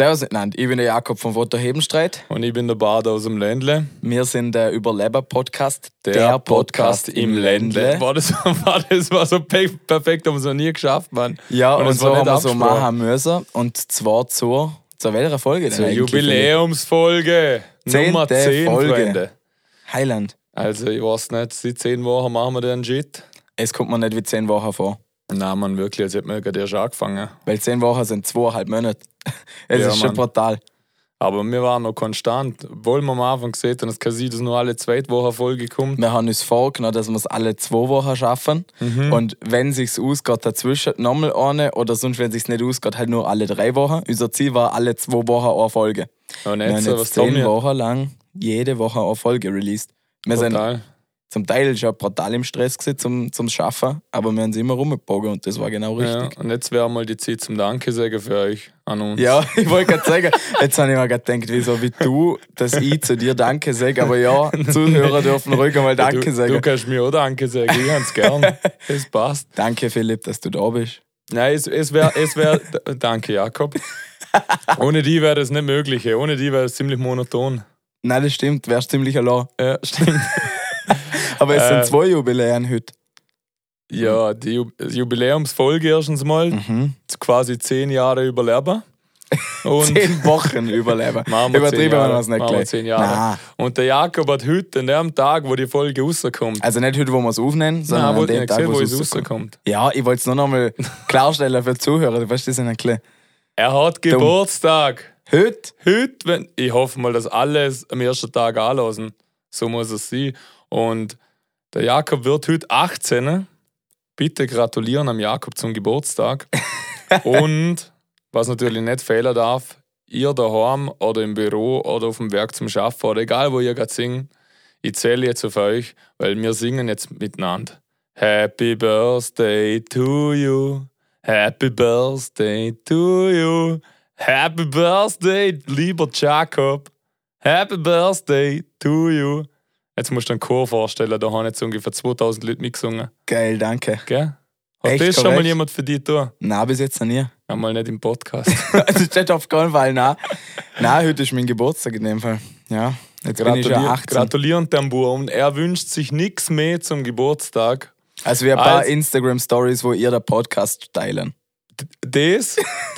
Servus miteinander, ich bin der Jakob vom Foto Hebenstreit. Und ich bin der Bart aus dem Ländle. Wir sind der Überleber-Podcast. Der Podcast im Ländle. Das war so perfekt, haben wir es noch nie geschafft, Mann. Ja, und so haben wir so abgesprochen. machen müssen. Und zwar zur welcher Folge denn Zur eigentlich? Jubiläumsfolge. Nummer 10, Folge. Freunde. Highland. Also, ich weiß nicht, seit 10 Wochen machen wir den Shit. Es kommt mir nicht wie 10 Wochen vor. Nein, man, wirklich, als hätten wir gerade erst angefangen. Weil 10 Wochen sind 2,5 Monate. Es Ja, ist schon Mann. brutal. Aber wir waren noch konstant. Obwohl wir am Anfang gesehen haben, dass Casitas nur alle 2 Wochen Folge kommt. Wir haben uns vorgenommen, dass wir es alle 2 Wochen schaffen. Und wenn es sich ausgeht, dazwischen nochmal eine. Oder sonst, wenn es sich nicht ausgeht, halt nur alle 3 Wochen. Unser Ziel war alle 2 Wochen eine Folge. Und Wir haben jetzt, was jetzt tun 10 wir? Wochen lang jede Woche eine Folge released. Wir sind Total. zum Teil schon brutal im Stress gewesen zum Schaffen, aber wir haben sie immer rumgebogen und das war genau Ja, richtig. und jetzt wäre mal die Zeit zum Danke sagen für euch an uns. Ja, ich wollte gerade sagen, jetzt habe ich mir gerade gedacht, wieso wie du, dass ich zu dir Danke sage, aber ja, Zuhörer dürfen ruhig einmal Danke Du sagen. kannst mir auch Danke sagen, ich hab's gern. Es passt. Danke Philipp, dass du da bist. Nein, es wär danke Jakob. Ohne die wäre das nicht möglich. Ohne die wäre es ziemlich monoton. Nein, das stimmt, wärst ziemlich allein. Ja, stimmt. Aber es sind 2 Jubiläen heute. Ja, die Jubiläumsfolge erstens mal. Quasi 10 Jahre Überleben. Und 10 Wochen überleben. machen wir 10 Übertrieben Jahre. wir es nicht Machen wir gleich. 10 Jahre. Nein. Und der Jakob hat heute, an dem Tag, wo die Folge rauskommt, Also nicht heute, wo wir es aufnehmen, sondern nein, an wollte dem ich Tag, gesehen, wo wo es es rauskommt. rauskommt. Ja, ich wollte es nur noch mal klarstellen für die Zuhörer. Du weißt, das ist ein bisschen... Er hat Geburtstag. Heute? Ich hoffe mal, dass alles am ersten Tag anlassen. So muss es sein. Und der Jakob wird heute 18. Bitte gratulieren am Jakob zum Geburtstag. Und, was natürlich nicht fehlen darf, ihr daheim oder im Büro oder auf dem Werk zum Schaffen oder egal wo ihr gerade singt, ich zähle jetzt auf euch, weil wir singen jetzt miteinander. Happy Birthday to you. Happy Birthday to you. Happy Birthday, lieber Jakob. Happy Birthday to you. Jetzt musst du einen Chor vorstellen, da haben jetzt ungefähr 2000 Leute mitgesungen. Geil, danke. Gell? Hat Echt das schon mal korrekt? jemand für dich getan? Nein, bis jetzt noch nie. Einmal nicht im Podcast. Also steht auf keinen Fall, nein. Nein, heute ist mein Geburtstag in dem Fall. Ja, jetzt bin ich schon 18. Gratulieren dem Bub. Und er wünscht sich nichts mehr zum Geburtstag. Also wir haben ein paar Als- Instagram-Stories, wo ihr den Podcast teilen. Das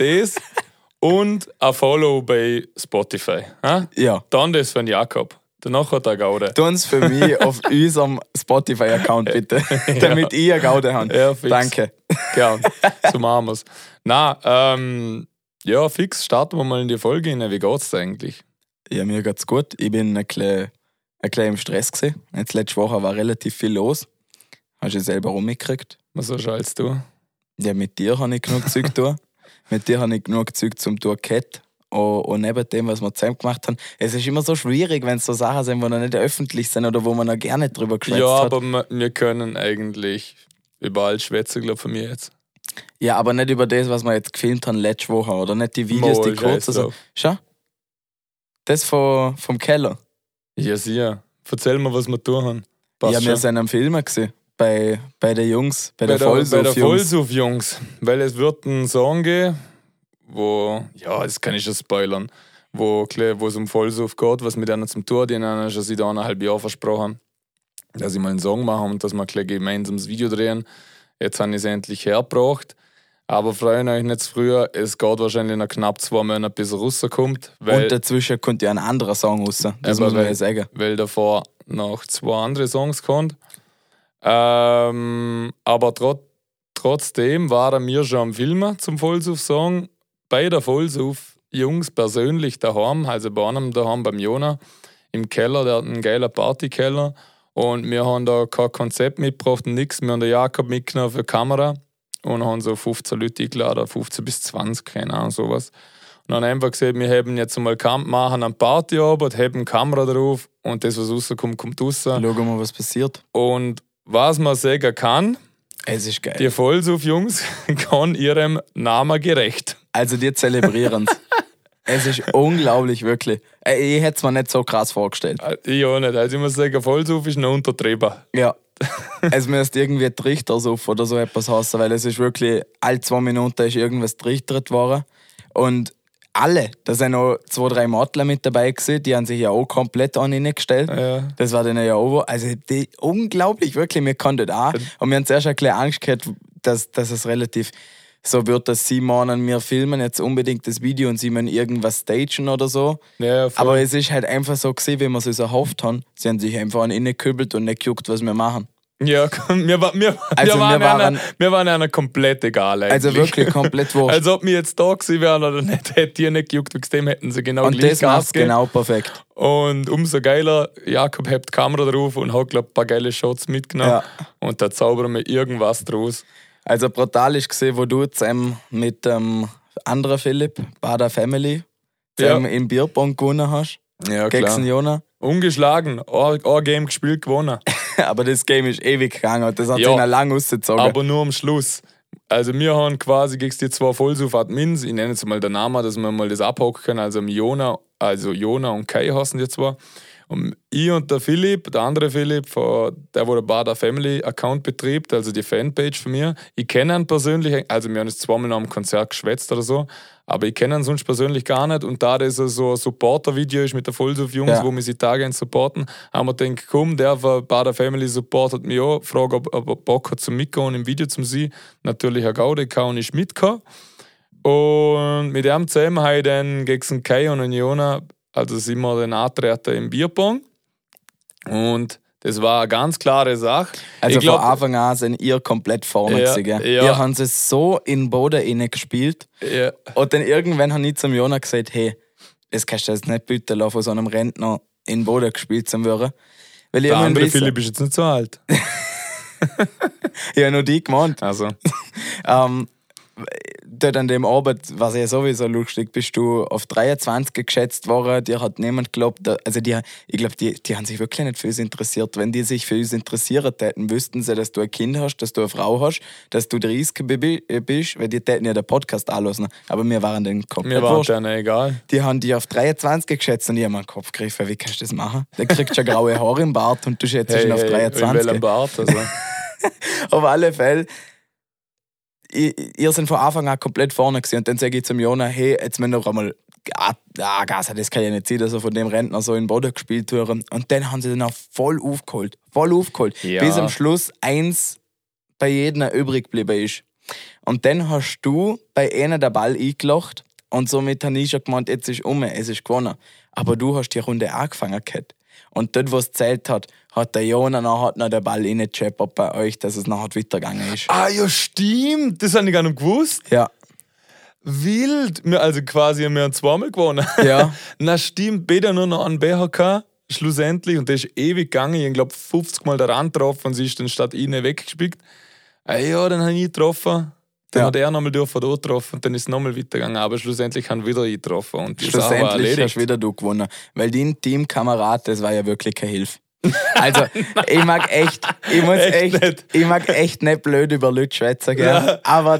und ein Follow bei Spotify. Ha? Ja. Dann das von Jakob. Danach hat er Gaude. Tu uns für mich auf unserem Spotify-Account bitte, damit ich eine Gaude habe. Ja, fix. Danke. Gern. So machen wir's. Nein, ja, fix, starten wir mal in die Folge rein. Wie geht's dir eigentlich? Ja, mir geht's gut. Ich bin ein bisschen im Stress gewesen. Jetzt letzte Woche war relativ viel los. Hast du selber rumgekriegt? Was hast du als du? Ja, mit dir habe ich genug Zeug zu tun. Mit dir habe ich genug Zeug zum tun gehabt. Und neben dem, was wir zusammen gemacht haben, es ist immer so schwierig, wenn es so Sachen sind, die noch nicht öffentlich sind oder wo man noch gerne drüber geschwätzt Ja, hat. aber wir können eigentlich überall schwätzen, glaube ich, von mir jetzt. Ja, aber nicht über das, was wir jetzt gefilmt haben letzte Woche, oder nicht die Videos, Mal, die kurz scheiß so. drauf. Schau. Das vom Keller. Ja, sicher. Erzähl mir, was wir tun haben. Passt Ja, wir schon. sind am Filmen gewesen. Bei den Jungs, bei der bei der Vollsuff-Jungs. Vollsuff-Jungs. Weil es wird einen Song geben, wo, ja, das kann ich schon spoilern, wo es um Vollsuff geht, was mit denen zum Tun, die haben schon seit 1,5 Jahren versprochen, dass ich mal einen Song mache und dass wir gleich gemeinsam das Video drehen. Jetzt habe ich es endlich hergebracht. Aber freuen euch nicht zu früher, es geht wahrscheinlich noch knapp 2 Monate, bis er rauskommt. Weil, Und dazwischen kommt ja ein anderer Song raus. Das Aber muss man weil- ja sagen. weil davor noch 2 andere Songs kommen. Aber trotzdem waren wir schon am Filmen zum Vollsuff-Song bei der Vollsuff-Jungs persönlich daheim, also bei einem daheim beim Jona im Keller, der hat einen geilen Partykeller und wir haben da kein Konzept mitgebracht und nichts. Wir haben den Jakob mitgenommen für die Kamera und haben so 15 Leute eingeladen, 15 bis 20, keine Ahnung, sowas. Und dann einfach gesagt, wir haben jetzt mal machen eine Partyarbeit, haben Kamera drauf und das, was rauskommt, kommt raus. Schauen wir mal, was passiert. Und was man sagen kann, Es ist geil. die Vollsuff-Jungs kann ihrem Namen gerecht. Also die zelebrieren es. ist unglaublich, wirklich. Ich hätte es mir nicht so krass vorgestellt. Ich auch nicht. Also ich muss sagen, Vollsuff ist ein Untertreiber. Ja. Es müsste irgendwie Trichtersuff oder so etwas heißen, weil es ist wirklich, alle 2 Minuten ist irgendwas trichtert worden. Und alle. Da sind noch 2, 3 Modler mit dabei gewesen, die haben sich ja auch komplett an ihn gestellt. Ja. Das war dann ja auch. Also unglaublich, wirklich, wir konnten auch. Und wir haben zuerst ein bisschen Angst gehabt, dass es relativ so wird, dass sie meinen, wir filmen jetzt unbedingt das Video und sie müssen irgendwas stagen oder so. Ja, voll. Aber es ist halt einfach so gewesen, wie wir es erhofft haben. Sie haben sich einfach an ihn gekübelt und nicht gejuckt, was wir machen. Ja, wir waren einer komplett egal eigentlich. Also wirklich komplett wurscht. Als ob wir jetzt da gewesen wären oder nicht, hätte ihr nicht gejuckt, wegen dem hätten sie genau und gleich das Gas macht's gegeben. genau perfekt. Und umso geiler, Jakob hat die Kamera drauf und hat, glaube ich, ein paar geile Shots mitgenommen. Ja. Und da zaubern wir irgendwas draus. Also brutal ist gesehen, wo du zusammen mit dem anderen Philipp, Bader Family, zusammen im Bierpong gewonnen hast. Ja, Gegen klar. den Jona. Ungeschlagen, ein Game gespielt, gewonnen. Aber das Game ist ewig gegangen und das hat Ja, sich noch lange rausgezogen. Aber nur am Schluss. Also wir haben quasi gegen die 2 Vollsuff-Admins, ich nenne jetzt mal den Namen, dass wir mal das abhaken können, also Jona und Kai heißen die 2. Und ich und der Philipp, der andere Philipp, der wo der Bader Family Account betreibt, also die Fanpage von mir, ich kenne ihn persönlich, also wir haben jetzt 2-mal nach dem Konzert geschwätzt oder so, aber ich kenne ihn sonst persönlich gar nicht und da das so ein Supporter-Video ist mit der Vollsuff-Jungs, wo wir sie Tage supporten, haben wir gedacht, komm, der von Bader Family supportet mich auch, frage, ob er Bock hat zum Mitgehen im Video zum Sie. Natürlich ein Gaude, kann ich mitgehen. Und mit dem zusammen habe ich dann gegen Kai und Jona, also sind wir dann antreten im Bierpong. Und das war eine ganz klare Sache. Also ich glaub, von Anfang an sind ihr komplett vorne gewesen, gell? ja. Ihr habt es so in den Boden reingespielt. Ja. Und dann irgendwann habe ich zum Jona gesagt, hey, das kannst du jetzt nicht bitte lassen, von so einem Rentner in den Boden gespielt zu werden. Weil Der andere Philipp ist jetzt nicht so alt. Ich habe nur die gemeint. Also. Dort an dem Abend war es ja sowieso lustig, bist du auf 23 geschätzt worden, dir hat niemand geglaubt, also ich glaube, die haben sich wirklich nicht für uns interessiert. Wenn die sich für uns interessieren täten, wüssten sie, dass du ein Kind hast, dass du eine Frau hast, dass du 30 bist, weil die täten ja den Podcast anlassen. Aber wir waren dann komplett Mir war wurscht. denen egal. Die haben dich auf 23 geschätzt und ich habe mir den Kopf gegriffen, wie kannst du das machen? Der kriegt schon graue Haare im Bart und du schätzt ihn auf in 23. welchem Bart, also. Auf alle Fälle, ihr seid von Anfang an komplett vorne gewesen. Und dann sage ich zum Jona, hey, jetzt müssen wir noch einmal Gas, das kann ja nicht sein, dass er von dem Rentner so in den Boden gespielt wird. Und dann haben sie dann auch voll aufgeholt. Ja. Bis am Schluss 1 bei jedem übrig geblieben ist. Und dann hast du bei einer den Ball eingelacht und somit habe ich schon gemeint, jetzt ist es ist gewonnen. Aber du hast die Runde angefangen gehabt. Und dort, wo es zählt hat, hat der Jona noch den Ball reingescheppert bei euch, dass es nachher weitergegangen ist. Ah ja, stimmt. Das habe ich gar nicht gewusst. Ja. Wild. Also quasi, wir haben 2-mal gewonnen. Ja. Na stimmt, beide nur noch an BHK, schlussendlich. Und das ist ewig gegangen. Ich glaube 50 Mal daran getroffen und sie ist dann statt ihnen weggespickt. Ah ja, dann habe ich getroffen. Dann hat er nochmal da getroffen und dann ist es nochmal weitergegangen. Aber schlussendlich haben wieder ich getroffen. Und die Sache war Schlussendlich erledigt. hast wieder du gewonnen. Weil dein Teamkamerad, das war ja wirklich keine Hilfe. Also, ich mag echt nicht blöd über Leute schwätzen, gell? Ja. Aber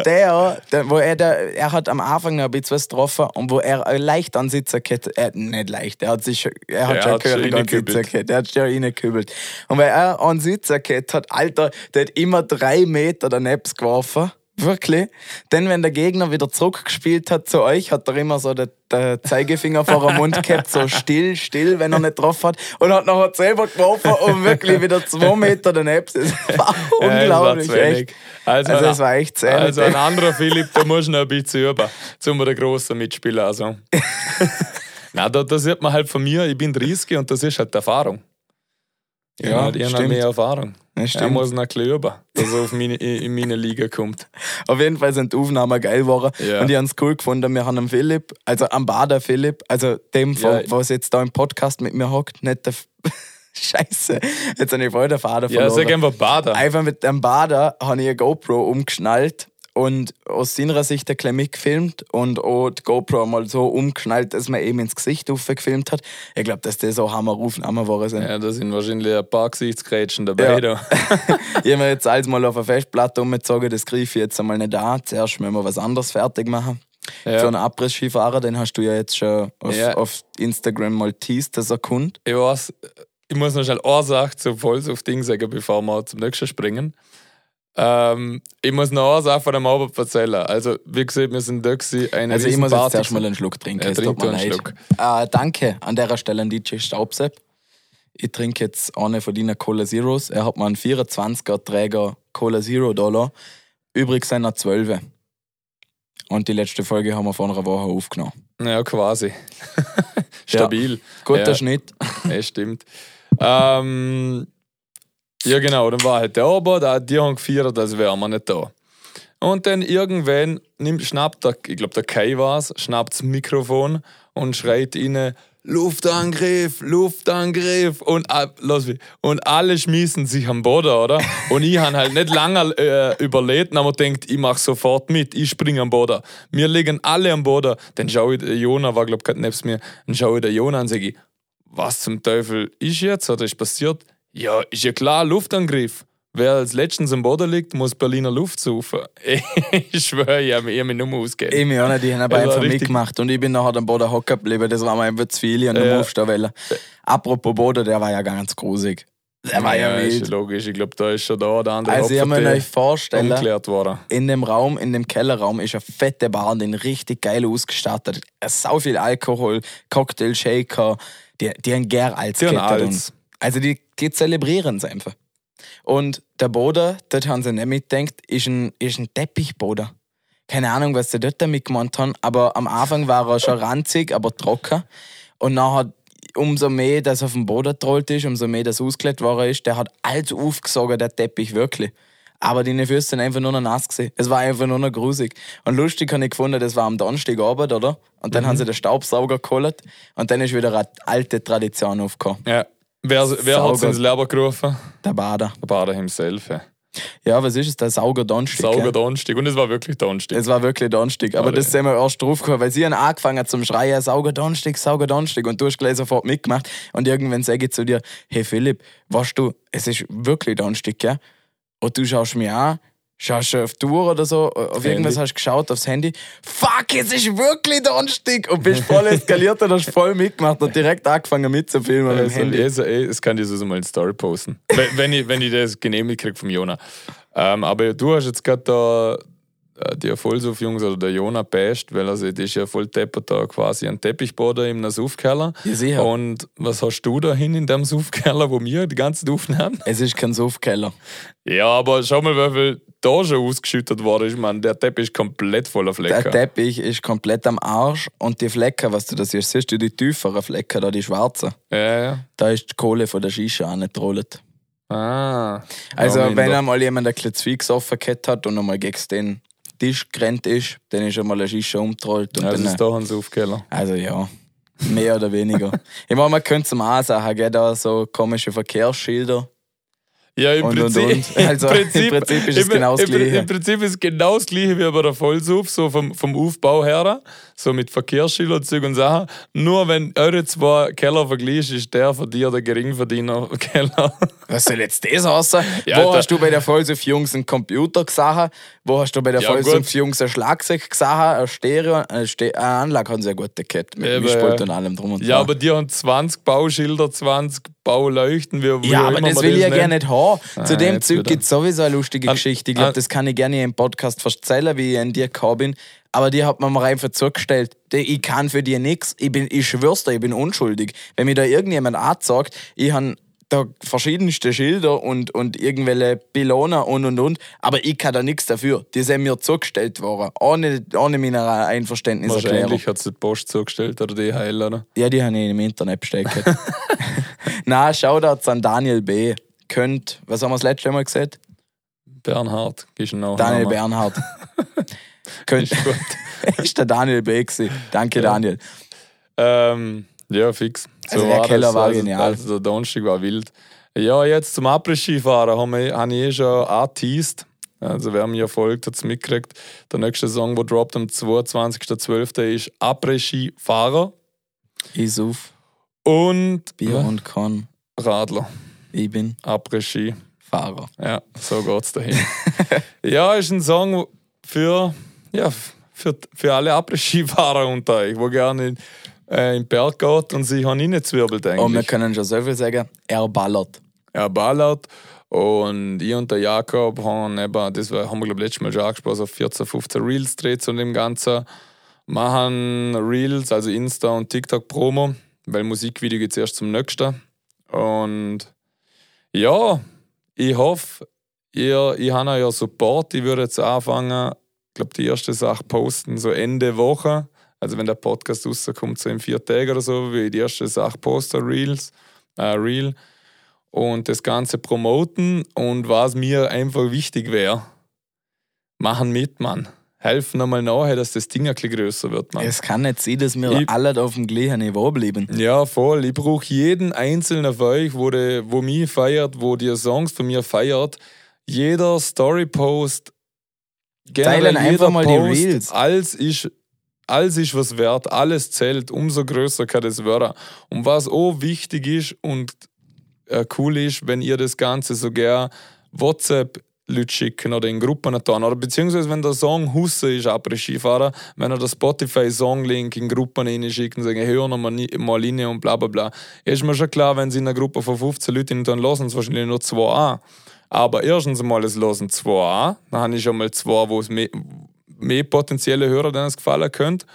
er hat am Anfang noch ein bisschen was getroffen und wo er leicht ansitzen konnte, nicht leicht, er hat schon gehörig ansitzen können, er hat schon reingekübelt. Und weil er ansitzen konnte, hat, Alter, der hat immer 3 Meter daneben geworfen. Wirklich. Denn wenn der Gegner wieder zurückgespielt hat zu euch, hat er immer so den Zeigefinger vor dem Mund gehabt, so still, wenn er nicht getroffen hat. Und hat nachher selber geworfen und wirklich wieder 2 Meter daneben. Das war unglaublich, das war echt. Also es war echt sehr. Also ein anderer Philipp, da muss noch ein bisschen üben, zum der grossen Mitspieler. Also. Nein, da sieht man halt von mir, ich bin 30 und das ist halt die Erfahrung. Ja, ich habe mehr Erfahrung. Ja, Er muss noch ein bisschen üben, dass er in meine Liga kommt. Auf jeden Fall sind die Aufnahmen geil geworden. Ja. Und ich habe es cool gefunden. Wir haben am Philipp, also am Bader Philipp, also dem, was jetzt da im Podcast mit mir hockt, nicht der Scheiße, jetzt habe ich voll den Faden verloren. Ja, sag einfach Bader. Einfach mit dem Bader habe ich eine GoPro umgeschnallt und aus seiner Sicht ein bisschen mitgefilmt und auch die GoPro mal so umgeschnallt, dass man eben ins Gesicht gefilmt hat. Ich glaube, dass das so Hammeraufnahmen waren sind. Ja, da sind wahrscheinlich ein paar Gesichtsgrätschen dabei. Ja. Da. Ich habe mir jetzt alles mal auf eine Festplatte umgezogen, das greife ich jetzt einmal nicht an. Zuerst müssen wir was anderes fertig machen. Ja. Für einen Abriss-Skifahrer, den hast du ja jetzt schon auf Instagram mal teased, dass er kommt. Ich weiß, ich muss noch schnell eine Sache zu Vollsuff-Ding sagen, bevor wir zum nächsten springen. Ich muss noch eins auch von dem Abend erzählen. Also, wie gesagt, wir sind da gewesen. Also ich muss jetzt zuerst mal einen Schluck trinken. Es trink tut mir du einen leid. Schluck. Danke an dieser Stelle an DJ Staubsepp. Ich trinke jetzt eine von deinen Cola Zeros. Er hat mir einen 24er Träger Cola Zero $. Übrig sind noch 12. Und die letzte Folge haben wir vor einer Woche aufgenommen. Ja, quasi. Stabil. Ja, guter Ja. Schnitt. Ja, stimmt. Ja, genau, dann war halt der Abend, die haben gefeiert, als wären wir nicht da. Und dann irgendwann schnappt der, ich glaube der Kai war es, schnappt das Mikrofon und schreit ihnen Luftangriff, Luftangriff und alle schmissen sich am Boden, oder? Und ich habe halt nicht lange überlegt, aber denkt, ich mache sofort mit, ich springe am Boden. Wir liegen alle am Boden. Dann schaue ich, der Jona war glaube ich gerade neben mir, dann schaue ich den Jona an und sage, was zum Teufel ist jetzt oder ist passiert? Ja, ist ja klar, Luftangriff. Wer als letztens am Boden liegt, muss Berliner Luft saufen. Ich schwöre, ich habe mich nur ausgegeben. Ich mich auch nicht, die haben aber Das war einfach richtig- mitgemacht. Und ich bin nachher am Boden hocken geblieben. Das war mir einfach zu viel. Ich habe nur aufstehen wollen. Apropos Boden, der war ja ganz grusig. Der war ja ist wild. logisch, ich glaube, da ist schon da der andere Also ihr müsst euch vorstellen, umgeklärt worden. in dem Kellerraum ist eine fette Bar, die richtig geil ausgestattet. Sau viel Alkohol, Cocktail, Shaker, die haben gern als Die haben Kette drin. alles. Also die zelebrieren es einfach. Und der Boden, dort haben sie nicht mitgedacht, ist ein Teppichboden. Keine Ahnung, was sie dort damit gemeint haben, aber am Anfang war er schon ranzig, aber trocken. Und nachher, umso mehr das auf dem Boden getrollt ist, umso mehr das ausgelegt worden ist, der hat alles aufgesogen, der Teppich, wirklich. Aber die Füße sind einfach nur noch nass gewesen. Es war einfach nur noch grusig. Und lustig habe ich gefunden, das war am Donnerstagabend, oder? Und dann haben sie den Staubsauger geholt und dann ist wieder eine alte Tradition aufgekommen. Ja. Wer hat es ins Leben gerufen? Der Bader. Der Bader himself. Ja. Ja, was ist es? Der Sauger Donnerstag. Sauger gell? Donnerstag. Und es war wirklich Donnerstag. Es war wirklich Donnerstag. Aber Alter. das sind wir erst draufgekommen, weil sie haben angefangen zum Schreien, Sauger Donnerstag, Sauger Donnerstag. Und du hast gleich sofort mitgemacht. Und irgendwann sage ich zu dir, hey Philipp, weißt du, es ist wirklich Donnerstag, gell? Und du schaust mich an, schaust schon auf die Uhr oder so, auf irgendwas Handy. hast du geschaut, aufs Handy. Fuck, es ist wirklich Donnerstag! Und bist voll eskaliert und hast voll mitgemacht und direkt angefangen mitzufilmen mit dem Handy. Das kann ich so mal in Story posten. wenn ich das genehmigt kriege vom Jona. Aber du hast jetzt gerade da die Vollsuff-Jungs oder der Jona basht, weil das ist ja voll deppert da quasi ein Teppichboden im Suffkeller. Ja, sicher. Und was hast du da hin in dem Suffkeller, wo wir die ganze Zeit aufnehmen? Es ist kein Suffkeller. Ja, aber schau mal, wie viel da schon ausgeschüttet worden ist. Man, der Teppich ist komplett voller Der Flecken. Teppich ist komplett am Arsch und die Flecken, was du da siehst, siehst du die tieferen Flecken, da die schwarzen. Ja. Da ist die Kohle von der Shisha angetrollt. Ah. Also Ja, wenn minder. einmal jemand ein bisschen zu viel gesoffen gehabt hat und einmal gegen den Tisch gerannt ist, dann ist einmal eine Shisha umgetrollt. Und Also dann, ist da ein Suffkeller. also ja, mehr oder weniger. Ich meine, man könnte es mal ansagen, gell, da so komische Verkehrsschilder. Ja, im Und. Prinzip. Also, im Prinzip ist es genau das Gleiche. Im Prinzip ist es genau das Gleiche wie bei der Vollsuff, so vom Aufbau her, so mit Verkehrsschildern und Zeug und Sachen. Nur wenn eure zwei Keller vergleichst, ist der von dir der Geringverdiener-Keller. Was soll jetzt das heißen? Ja, Wo da- hast du bei der Vollsuff-Jungs einen Computer gesehen? Wo hast du bei der Ja, Vollsuff-Jungs ein Schlagzeug gesehen? Ein Stereo? Eine Anlage haben sie ja gut gehabt. Mit Ja, Mischpult aber- und allem drum und Ja, dran. aber die haben 20 Bauschilder, 20 Bauleuchten. Wie Ja, auch aber immer das man will ich ja nennt. gerne nicht haben. Zu dem jetzt Zeug wieder. gibt es sowieso eine lustige Geschichte. Ich glaube, das kann ich gerne im Podcast erzählen, wie ich an dir gekommen bin. Aber die hat man mir einfach zugestellt. Ich kann für die nichts. Ich schwör's dir, ich bin unschuldig. Wenn mir da irgendjemand anzeigt, ich habe da verschiedenste Schilder und irgendwelche Pylonen und. Aber ich kann da nichts dafür. Die sind mir zugestellt worden. Ohne meiner Einverständniserklärung. Wahrscheinlich hat es die Post zugestellt oder die DHL, oder? Ja, die habe ich im Internet bestellt. Nein, Shoutouts an Daniel B. Was haben wir das letzte Mal gesagt? Bernhard, gehst du noch. Daniel Bernhard. Ist gut. Ist der Daniel B. gewesen. Danke, Daniel. Ja, fix. Also der Keller war genial. Also der Donnerstag war wild. Ja, jetzt zum Après-Ski-Fahren habe ich schon angeteased. Also wer mir folgt, hat es mitgekriegt. Der nächste Song, der droppt am 22.12. ist Après-Ski-Fahrer Ich suff und Bier und Korn. Radler. Ich bin Après-Ski. Fahrer. Ja, so geht's dahin. Ja, ist ein Song für alle Après-Ski-Fahrer unter euch, die gerne in den Berg geht und sich reinzwirbelt Und wir eigentlich. können schon so viel sagen, er ballert. Er ballert Und ich und der Jakob haben wir, glaube ich, letztes Mal schon angesprochen, so 14, 15 Reels dreht zu dem Ganzen. Machen Reels, also Insta und TikTok Promo, weil Musikvideo geht erst zum nächsten. Und ja, ich hoffe, ich habe euer Support. Ich würde jetzt anfangen, ich glaube, die erste Sache posten, so Ende Woche. Also wenn der Podcast rauskommt, so in 4 Tagen oder so, wie ich die erste Sache poste, Reel. Und das Ganze promoten. Und was mir einfach wichtig wäre, machen mit, Mann. Helfen nochmal nachher, dass das Ding ein bisschen größer wird, Mann. Es kann nicht sein, dass wir alle auf dem gleichen Niveau bleiben. Ja, voll. Ich brauche jeden einzelnen von euch, wo mich feiert, wo die Songs von mir feiert. Jeder Story-Post, teilen einfach mal die Reels. Alles ist was wert, alles zählt, umso größer kann das werden. Und was auch wichtig ist und cool ist, wenn ihr das Ganze so gerne WhatsApp Leute schicken oder in Gruppen tun. Oder beziehungsweise wenn der Song Husse ist, Après-Skifahrer, wenn er den Spotify-Song-Link in Gruppen reinschickt und sagen, hör noch mal rein und bla bla bla. Ist mir schon klar, wenn sie in einer Gruppe von 15 Leuten dann hören es wahrscheinlich nur 2 an. Aber erstens mal, es hören 2 an. Dann habe ich schon mal 2, wo es mehr potenzielle Hörer, denen es gefallen könnte.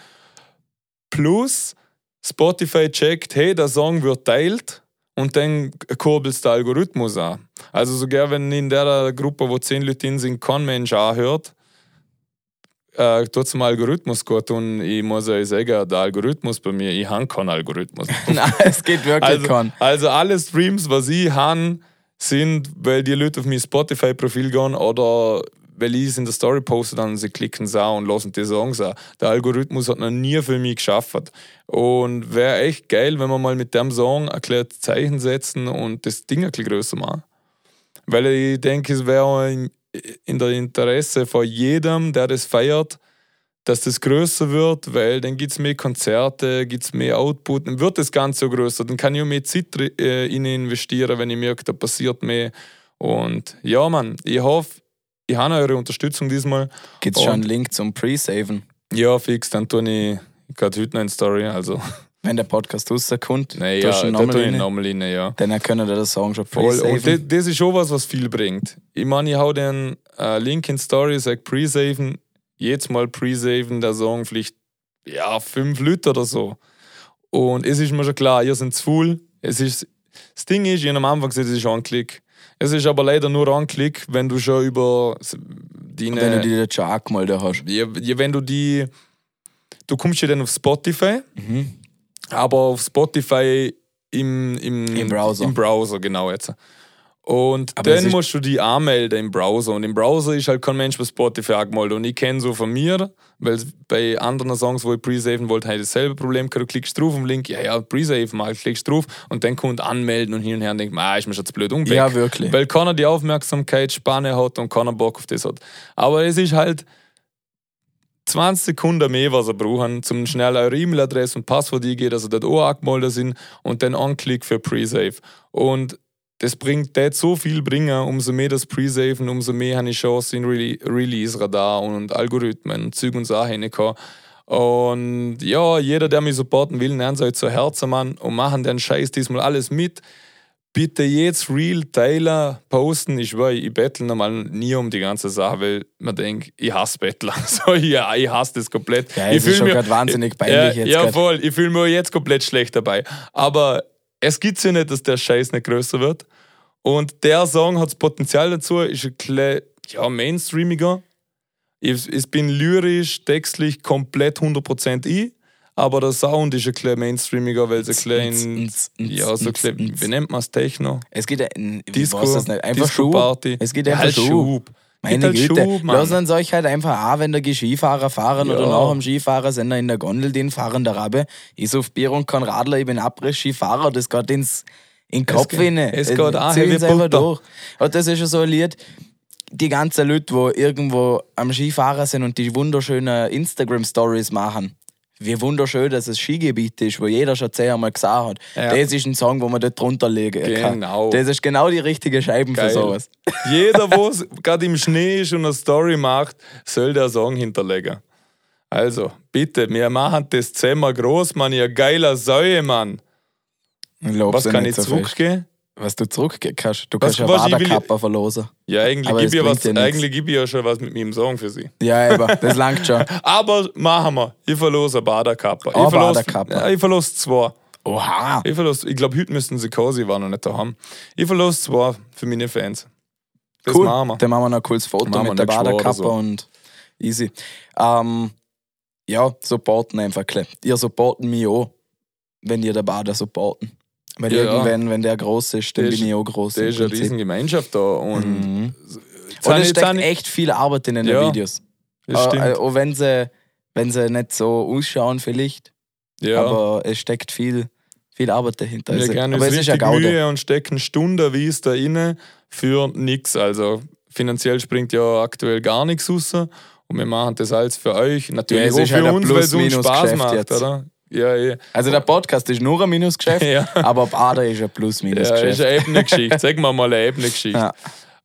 Plus, Spotify checkt, hey, der Song wird teilt. Und dann kurbelst der Algorithmus an. Also sogar wenn in der Gruppe, wo 10 Leute drin sind, kein Mensch anhört, tut es dem Algorithmus gut. Und ich muss euch sagen, der Algorithmus bei mir, ich habe keinen Algorithmus. Nein, es geht wirklich keinen. Also alle Streams, was ich habe, sind, weil die Leute auf mein Spotify-Profil gehen oder weil ich es in der Story poste, dann sie klicken es an und lassen die Songs an. Der Algorithmus hat noch nie für mich geschafft. Und wäre echt geil, wenn wir mal mit dem Song erklärt Zeichen setzen und das Ding ein bisschen größer machen. Weil ich denke, es wäre in der Interesse von jedem, der das feiert, dass das größer wird, weil dann gibt es mehr Konzerte, gibt es mehr Output, dann wird das Ganze so größer. Dann kann ich auch mehr Zeit investieren, wenn ich merke, da passiert mehr. Und ja, Mann, ich hoffe, ich habe eure Unterstützung diesmal. Gibt es schon einen Link zum Pre-Saven? Ja, fix, dann tue ich gerade heute noch eine Story. Also. Wenn der Podcast rauskommt, nein, ja, da tue ich nochmal rein, ja. Dann können wir den Song schon pre-saven. Und das ist schon was viel bringt. Ich meine, ich hau den Link in Story, sage Pre-Saven, jetzt mal Pre-Saven, der Song vielleicht 5 Leute oder so. Und es ist mir schon klar, ihr seid zu viel. Das Ding ist, ich habe am Anfang gesagt, es ist ein Klick. Es ist aber leider nur ein Klick, wenn du schon über deine... Wenn du die jetzt schon angemeldet hast. Ja, wenn du du kommst ja dann auf Spotify, aber auf Spotify im Browser. Im Browser, genau jetzt. Und aber dann musst du die anmelden im Browser. Und im Browser ist halt kein Mensch bei Spotify angemeldet. Und ich kenne so von mir, weil bei anderen Songs, wo ich pre-saven wollte, habe ich dasselbe Problem. Du klickst drauf auf den Link, pre-save mal, klickst drauf und dann kommt anmelden und hin und her und denkt, ist mir schon zu blöd umweg. Ja, wirklich. Weil keiner die Aufmerksamkeitsspanne hat und keiner Bock auf das hat. Aber es ist halt 20 Sekunden mehr, was er brauchen, zum schnell eure E-Mail-Adresse und Passwort eingeben, dass ihr dort auch angemeldet sind und dann anklick für Pre-Save. Und das wird so viel bringen, umso mehr das Pre-Saven, umso mehr habe ich Chance in Release-Radar und Algorithmen und Zeug und Sachen reinkommen. Und ja, jeder, der mich supporten will, nennt euch zu Herzen, Mann, und machen den Scheiß diesmal alles mit. Bitte jetzt Reel teilen, posten. Ich bettle nochmal nie um die ganze Sache, weil man denkt, ich hasse Bettler. So, ja, ich hasse das komplett. Ja, es ist schon gerade wahnsinnig peinlich jetzt. Ja, voll. Ich fühle mich jetzt komplett schlecht dabei. Aber es gibt ja nicht, dass der Scheiß nicht größer wird. Und der Song hat das Potenzial dazu, ist ein bisschen mainstreamiger. Ich bin lyrisch, textlich komplett 100% ich. Aber der Sound ist ein bisschen mainstreamiger, weil es ein bisschen, wie nennt man es, Techno? Es geht Disco, das nicht. Einfach Disco-Party. Es geht einfach Schub. Meine Güte, lassen euch halt einfach an, wenn der Skifahrer fahren oder nach dem Skifahren sind in der Gondel, den fahren der Rabbe. Ich so auf Bier und kein Radler, ich bin Après-Skifahrer, das geht in den Kopf rein. Es geht auch einfach durch. Und das ist schon so ein Lied, die ganzen Leute, die irgendwo am Skifahren sind und die wunderschönen Instagram-Stories machen. Wie wunderschön, dass es Skigebiet ist, wo jeder schon 10 Mal gesagt hat. Ja. Das ist ein Song, wo man dort drunter legen kann. Genau. Das ist genau die richtige Scheibe für sowas. Jeder, der gerade im Schnee ist und eine Story macht, soll der Song hinterlegen. Also, bitte, wir machen das zusammen groß, Mann, ihr geiler Säue, Mann. Was kann ich zurückgehen? Was du zurückgeben kannst. Du Was kannst ja quasi Baderkappa verlosen. Ja, eigentlich Aber gebe ich, es bringt ja nichts. eigentlich gebe ich ja schon was mit meinem Song für sie. Ja, eben, das langt schon. Aber machen wir. Ich verlose eine Baderkappa. Eine Ich verlose- Baderkappa. Ja, ich verlose 2. Oha. Ich glaube, heute müssten sie kommen, sie waren noch nicht daheim. Ich verlose 2 für meine Fans. Das Cool. machen wir. Dann machen wir noch ein cooles Foto Machen wir mit der nächstes Mal oder Baderkappa so. und easy. Ja, supporten einfach. Ihr supporten mich auch, wenn ihr den Bader supporten. Weil Ja. irgendwann, wenn der groß ist, dann Der bin ist- ich auch groß. Da ist eine riesen Gemeinschaft da. Und Mhm. Jetzt Und habe es ich- steckt echt viel Arbeit in den Ja, Videos. das stimmt. Auch wenn sie nicht so ausschauen vielleicht, Ja. aber es steckt viel Arbeit dahinter. Wir Also, geben aber uns es ist ja richtig Gaude. Mühe und stecken stundenweise da rein für nichts. Also finanziell springt ja aktuell gar nichts raus. Und wir machen das alles für euch. Natürlich Ja, es auch ist für halt ein uns, weil es uns Spaß Plus-Minus-Geschäft macht, jetzt. oder? Ja, ja. Also der Podcast ist nur ein Minusgeschäft, Ja. aber Bader ist ein Ja, ist Plus-Minus-Geschäft. eine ebene Geschichte. Sagen wir mal eine ebene Geschichte. Ja.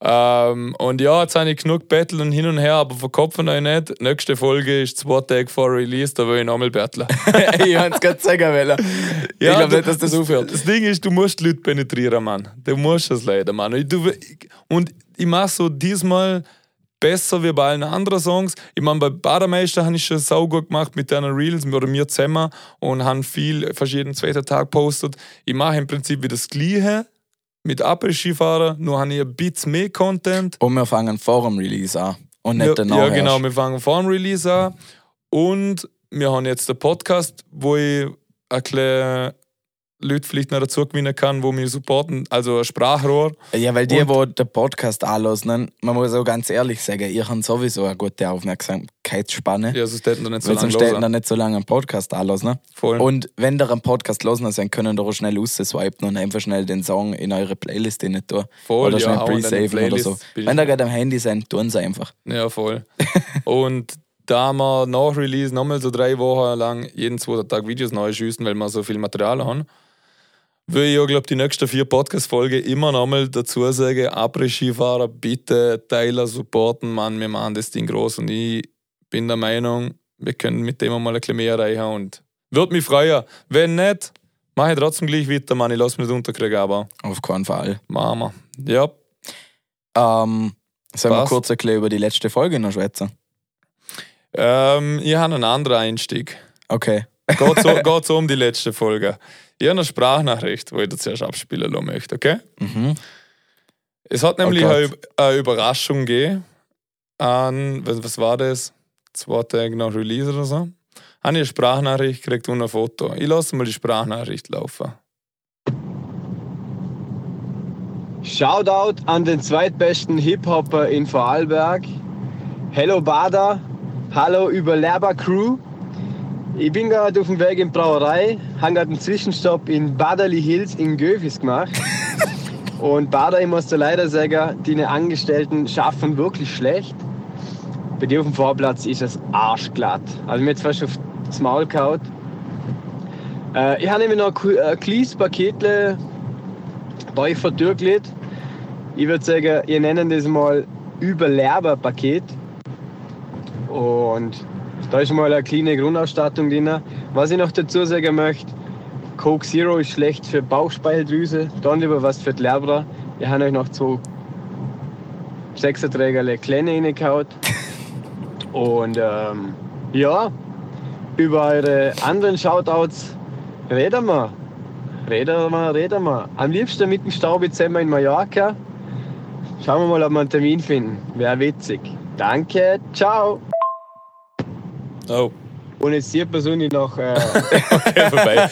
Und ja, jetzt habe ich genug Battle und hin und her, aber verkopfen euch nicht. Nächste Folge ist 2 Tage vor Release, da will ich nochmal battlen. Ich wollte es gerade sagen wollen. Ich glaube nicht, dass das aufhört. Das Ding ist, du musst die Leute penetrieren, Mann. Du musst das leider, Mann. Und ich mache so diesmal besser wie bei allen anderen Songs. Ich meine, bei Bademeister habe ich schon saugut gemacht mit deinen Reels oder mir zusammen und haben fast jeden zweiten Tag gepostet. Ich mache im Prinzip wie das Gleiche mit Après-Skifahren, nur habe ich ein bisschen mehr Content. Und wir fangen vor dem Release an und nicht danach. Ja, genau, erst. wir fangen vor dem Release an. Und wir haben jetzt den Podcast, wo ich ein bisschen Leute vielleicht noch dazu gewinnen kann, die mich supporten, also ein Sprachrohr. Ja, weil die den Podcast anhören, man muss auch ganz ehrlich sagen, ihr habt sowieso eine gute Aufmerksamkeitsspanne. Ja, sonst hätten wir nicht so weil lange sonst hätten hören. wir nicht so lange einen Podcast anhören. Voll. Und wenn ihr einen Podcast hören dann können ihr auch schnell rausswipen und einfach schnell den Song in eure Playlist rein tun. Voll, oder ja, schnell hauen dann in die pre-saven oder so. Playlist. Bin Wenn ich- ihr gerade am Handy seid, tun sie einfach. Ja, voll. Und da wir nach Release nochmal so 3 Wochen lang jeden 2. Tag Videos neu schießen, weil wir so viel Material haben, will ich ja, glaube die nächsten 4 Podcast-Folgen immer nochmal dazu sagen, Après-Skifahrer, bitte Teiler supporten, Mann, wir machen das Ding groß und ich bin der Meinung, wir können mit dem mal ein bisschen mehr erreichen und würde mich freuen. Wenn nicht, mache ich trotzdem gleich weiter, Mann, ich lasse mich nicht unterkriegen, aber Auf keinen Fall. machen wir. Ja, Sollen wir Passt. kurz ein bisschen über die letzte Folge noch schwätzen? ich habe einen anderen Einstieg. Okay. Geht so um die letzte Folge. Ich habe eine Sprachnachricht, die ich dir zuerst abspielen lassen möchte, okay? Mhm. Es hat nämlich Oh Gott. eine Überraschung gegeben. Was war das? 2 Tage nach Release oder so. Habe ich eine Sprachnachricht gekriegt und ein Foto. Ich lasse mal die Sprachnachricht laufen. Shoutout an den zweitbesten Hip-Hopper in Vorarlberg. Hello Bader, hallo Überleber-Crew. Ich bin gerade auf dem Weg in die Brauerei, habe gerade einen Zwischenstopp in Baderli Hills in Göfis gemacht. Und Bader, ich muss dir leider sagen, deine Angestellten schaffen wirklich schlecht. Bei dir auf dem Vorplatz ist es arschglatt. Also mir jetzt fast auf das Maul gehauen. Ich habe nämlich noch ein kleines Paketle bei euch vor die Tür gelegt. Ich würde sagen, ihr nennt das mal Überleber-Paket. Und da ist mal eine kleine Grundausstattung drin. Was ich noch dazu sagen möchte, Coke Zero ist schlecht für Bauchspeicheldrüse, dann lieber was für die Leber. Ich habe euch noch 2 Sechserträger kleine reingehauen. Und ja, über eure anderen Shoutouts reden wir. Reden wir. Am liebsten mit dem Staubi zusammen in Mallorca. Schauen wir mal, ob wir einen Termin finden. Wäre witzig. Danke, ciao. Oh, Und jetzt die Person, die noch... okay, vorbei.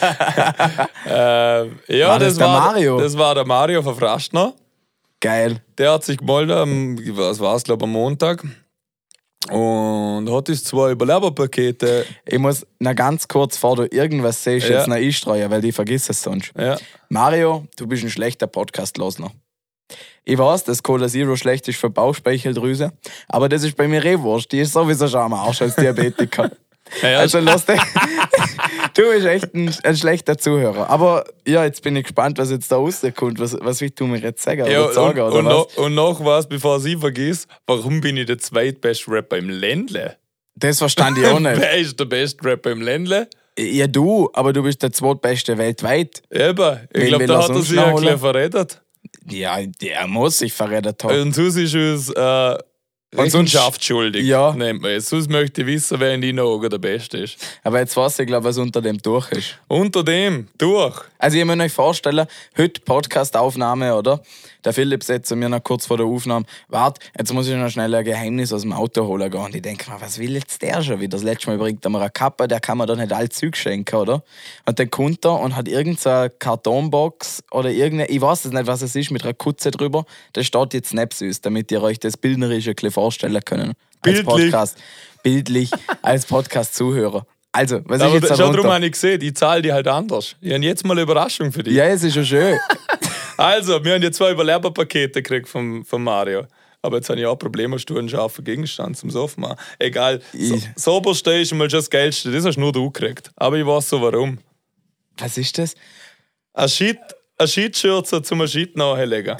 Ja, War das der Mario? Das war der Mario von Fraschner. Geil. Der hat sich gemeldet, was war es, glaube ich, am Montag. Und hat jetzt 2 Überleberpakete. Ich muss noch ganz kurz, bevor du irgendwas siehst, Ja. jetzt noch einstreuen, weil ich vergiss es sonst. Ja. Mario, du bist ein schlechter Podcast-Losner. Ich weiß, dass Cola Zero schlecht ist für Bauchspeicheldrüse, aber das ist bei mir eh wurscht. Die ist sowieso schon am Arsch als Diabetiker. Ja, Also lass dich. Du bist echt ein schlechter Zuhörer. Aber ja, jetzt bin ich gespannt, was jetzt da rauskommt. Was willst du mir jetzt sagen? Ja, Oder sagen, oder was? und noch was, bevor ich vergiss, warum bin ich der zweitbeste Rapper im Ländle? Das verstand ich auch nicht. Wer ist der beste Rapper im Ländle? Ja, du, aber du bist der zweitbeste weltweit. Eben, ich Wen glaube, will da er hat er sonst sich noch ein holen? bisschen verredet. Ja, der muss sich verredet haben. Und sonst ist uns Rechenschaft schuldig. Ja. Nennt man es. Sonst möchte ich wissen, wer in deinen Augen der Beste ist. Aber jetzt weiß ich, glaube was unter dem durch ist. Unter dem, durch. Also ihr müsst euch vorstellen, heute Podcast-Aufnahme, oder? Der Philipp sagt zu mir noch kurz vor der Aufnahme, warte, jetzt muss ich noch schnell ein Geheimnis aus dem Auto holen gehen. Und ich denke mir, was will jetzt der schon wieder? Das letzte Mal bringt er mir eine Kappe, der kann mir doch nicht all Zeug schenken, oder? Und dann kommt er und hat irgendeine Kartonbox oder irgendeine, ich weiß nicht, was es ist, mit einer Kutze drüber. Das steht jetzt nicht süß, damit ihr euch das bildnerisch ein bisschen vorstellen können. Als Bildlich. Podcast. Bildlich, als Podcast-Zuhörer. Also, was ist Aber jetzt schon darunter? darum habe ich gesehen, ich zahle die halt anders. Ich habe jetzt mal eine Überraschung für dich. Ja, es ist schon schön. Also, wir haben jetzt 2 Überleberpakete gekriegt von Mario. Aber jetzt habe ich auch Probleme, hast du einen scharfen Gegenstand zum Aufmachen. Egal. Das Oberste ist mal schon das Geilste. Das hast nur du gekriegt. Aber ich weiß so warum. Was ist das? Ein Scheitschürzer zum Scheid nachlegen.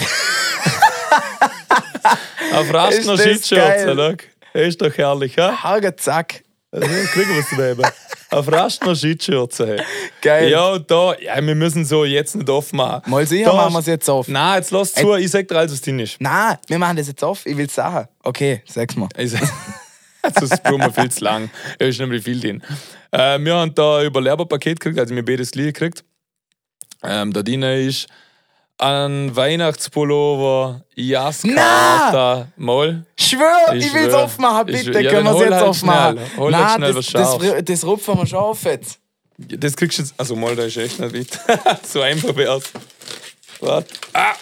Ein Frastner Ist das Scheitschürzer, geil? schau. Ist doch herrlich, ha? Hager, zack. Also, kriegen wir es daneben. Ein Frastner Scheitschürzer. Hey. Geil. Ja, da, ja, wir müssen so jetzt nicht aufmachen. Mal sicher Da machen wir hast- es jetzt auf. Nein, jetzt lass zu, ich sag dir alles, was drin ist. Nein, wir machen das jetzt auf. Ich will es sagen. Okay, sag's mal. Sonst brauchen wir viel zu lang. Da ist nämlich viel drin. Wir haben da ein Überleberpaket gekriegt, also wir beides gleich gekriegt. Da drin ist ein Weihnachtspullover, Jaskarte, mal. Schwör, Ich ich will's schwör. aufmachen, Ich bitte. schwör. Ja, Können dann wir es hol jetzt halt aufmachen? schnell. Hol halt schnell, was scharf. das rupfen wir schon auf jetzt. Das kriegst du jetzt. Also mal, da ist echt nicht weit. So einfach wär's. Warte. Ah!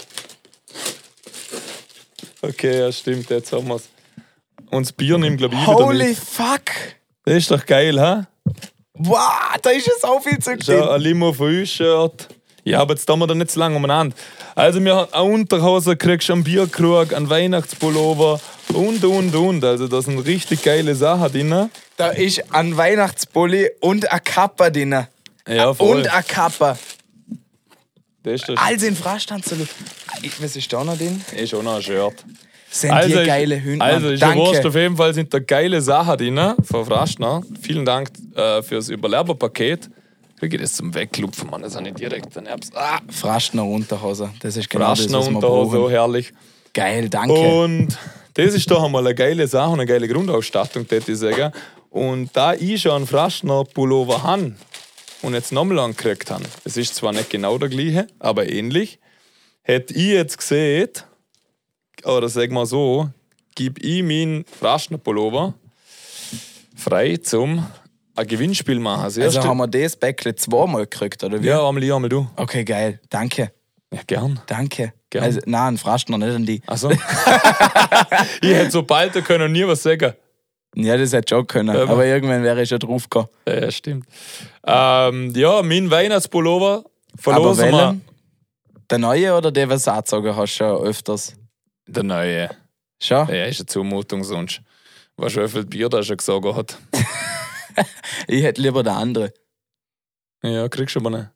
Okay, ja stimmt, jetzt haben wir's. Und das Bier nimmt, glaube ich, wieder Holy mit. fuck. Das ist doch geil, ha? Wow, da ist ja so viel zu Schau, drin. ein Limo von uns Shirt. Ja, aber jetzt tun wir da nicht zu lange umeinander. Also, wir haben eine Unterhose, kriegst einen Bierkrug, einen Weihnachtspullover und. Also, da sind richtig geile Sachen drin. Da ist ein Weihnachtspulli und ein Kappa drin. Ja, voll. Und ein Kappa. Das ist, Alles in Frastand zu Was ist da noch drin? ist auch noch ein Shirt. Sind Also, die geile Hunde. Also, Mann. ist ja wurscht, Danke. auf jeden Fall sind da geile Sachen drin von Frastner. Vielen Dank fürs Überleberpaket. Kriege ich das zum Wegklupfen, Mann, das habe ich direkt an Herbst. Ah, Frastner Unterhose. Das ist genau Frastner das, was wir Unterhose, so brauchen. herrlich. Geil, danke. Und das ist doch einmal eine geile Sache und eine geile Grundausstattung, würde ich sagen. Und da ich schon einen Frastner Pullover habe und jetzt nochmal einen gekriegt habe, es ist zwar nicht genau der gleiche, aber ähnlich, hätte ich jetzt gesehen, oder sagen wir so, gebe ich meinen Frastner Pullover frei zum ein Gewinnspiel machen. Das Also erste, haben wir das Bäckle zweimal gekriegt, oder wie? ja, einmal ich, einmal du. Okay, geil. Danke. Ja, gern. Danke. Gern. Also, nein, Frastner, nicht an die. Also, ich hätte so bald können und nie was sagen. Ja, das hätte schon können. Ja, aber irgendwann wäre ich schon drauf gekommen. Ja, stimmt. Ja, mein Weihnachtspullover Aber verlosen wir. welchen? Der neue oder der, was du angezogen hast, schon öfters? Der neue. Schon? Ja, ist eine Zumutung sonst. Weißt du, wie viel Bier der schon gesogen hat? Ich hätte lieber den anderen. Ja, kriegst du aber nicht.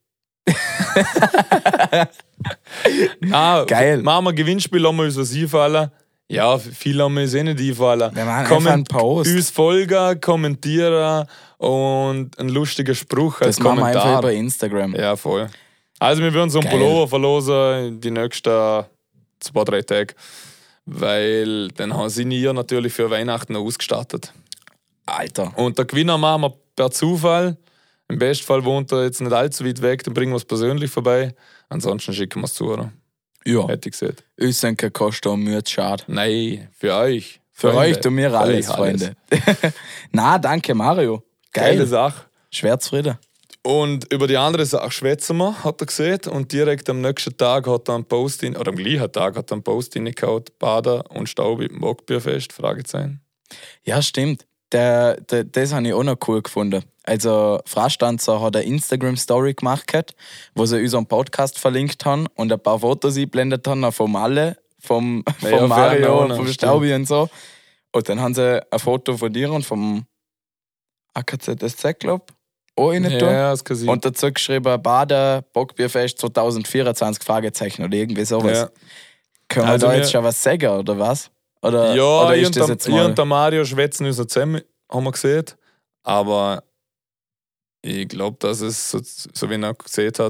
Nein, Geil. machen wir ein Gewinnspiel, lassen wir uns was einfallen. Ja, viel haben wir uns eh nicht einfallen. Wir machen einfach einen Post. Uns folgen, kommentieren und einen lustigen Spruch als Das machen wir einfach Kommentar. über Instagram. Ja, voll. Also wir würden so einen Geil. Pullover verlosen die nächsten 2-3 Tage. Weil dann sind wir natürlich für Weihnachten ausgestattet. Alter. Und der Gewinner machen wir per Zufall. Im besten Fall wohnt er jetzt nicht allzu weit weg, dann bringen wir es persönlich vorbei. Ansonsten schicken wir es zu, oder? Ja. Hätte ich gesehen. Uns sind keine Kosten und Mühe, schade. Nein, für euch. Für Freunde. euch tun wir Für alles, euch Freunde. Na, danke, Mario. Geile Geil. Sache. Schwer zufrieden. Und über die andere Sache schwätzen wir, hat er gesehen. Und direkt am nächsten Tag hat er einen Post in, oder am gleichen Tag hat er einen Post reingehauen, Baden und Staub im Bockbierfest, Fragezeichen. Ja, stimmt. Das habe ich auch noch cool gefunden. Also, Frastanzer hat eine Instagram-Story gemacht, gehabt, wo sie unseren Podcast verlinkt haben und ein paar Fotos eingeblendet haben vom Alle, vom Ja, Mario Ferner, und vom stimmt. Staubi und so. Und dann haben sie ein Foto von dir und vom AKZSZ, glaube ich, auch rein tun. Ja, das kann sein. Und dazu geschrieben, Baden, Bockbierfest 2024, Fragezeichen oder irgendwie sowas. Ja. Können wir Also da wir- jetzt schon was sagen, oder was? Oder, Ja, oder ich ist und, das der, jetzt ich mal... und der Mario schwätzen uns zusammen, haben wir gesehen. Aber ich glaube, dass es, so wie er gesehen hat,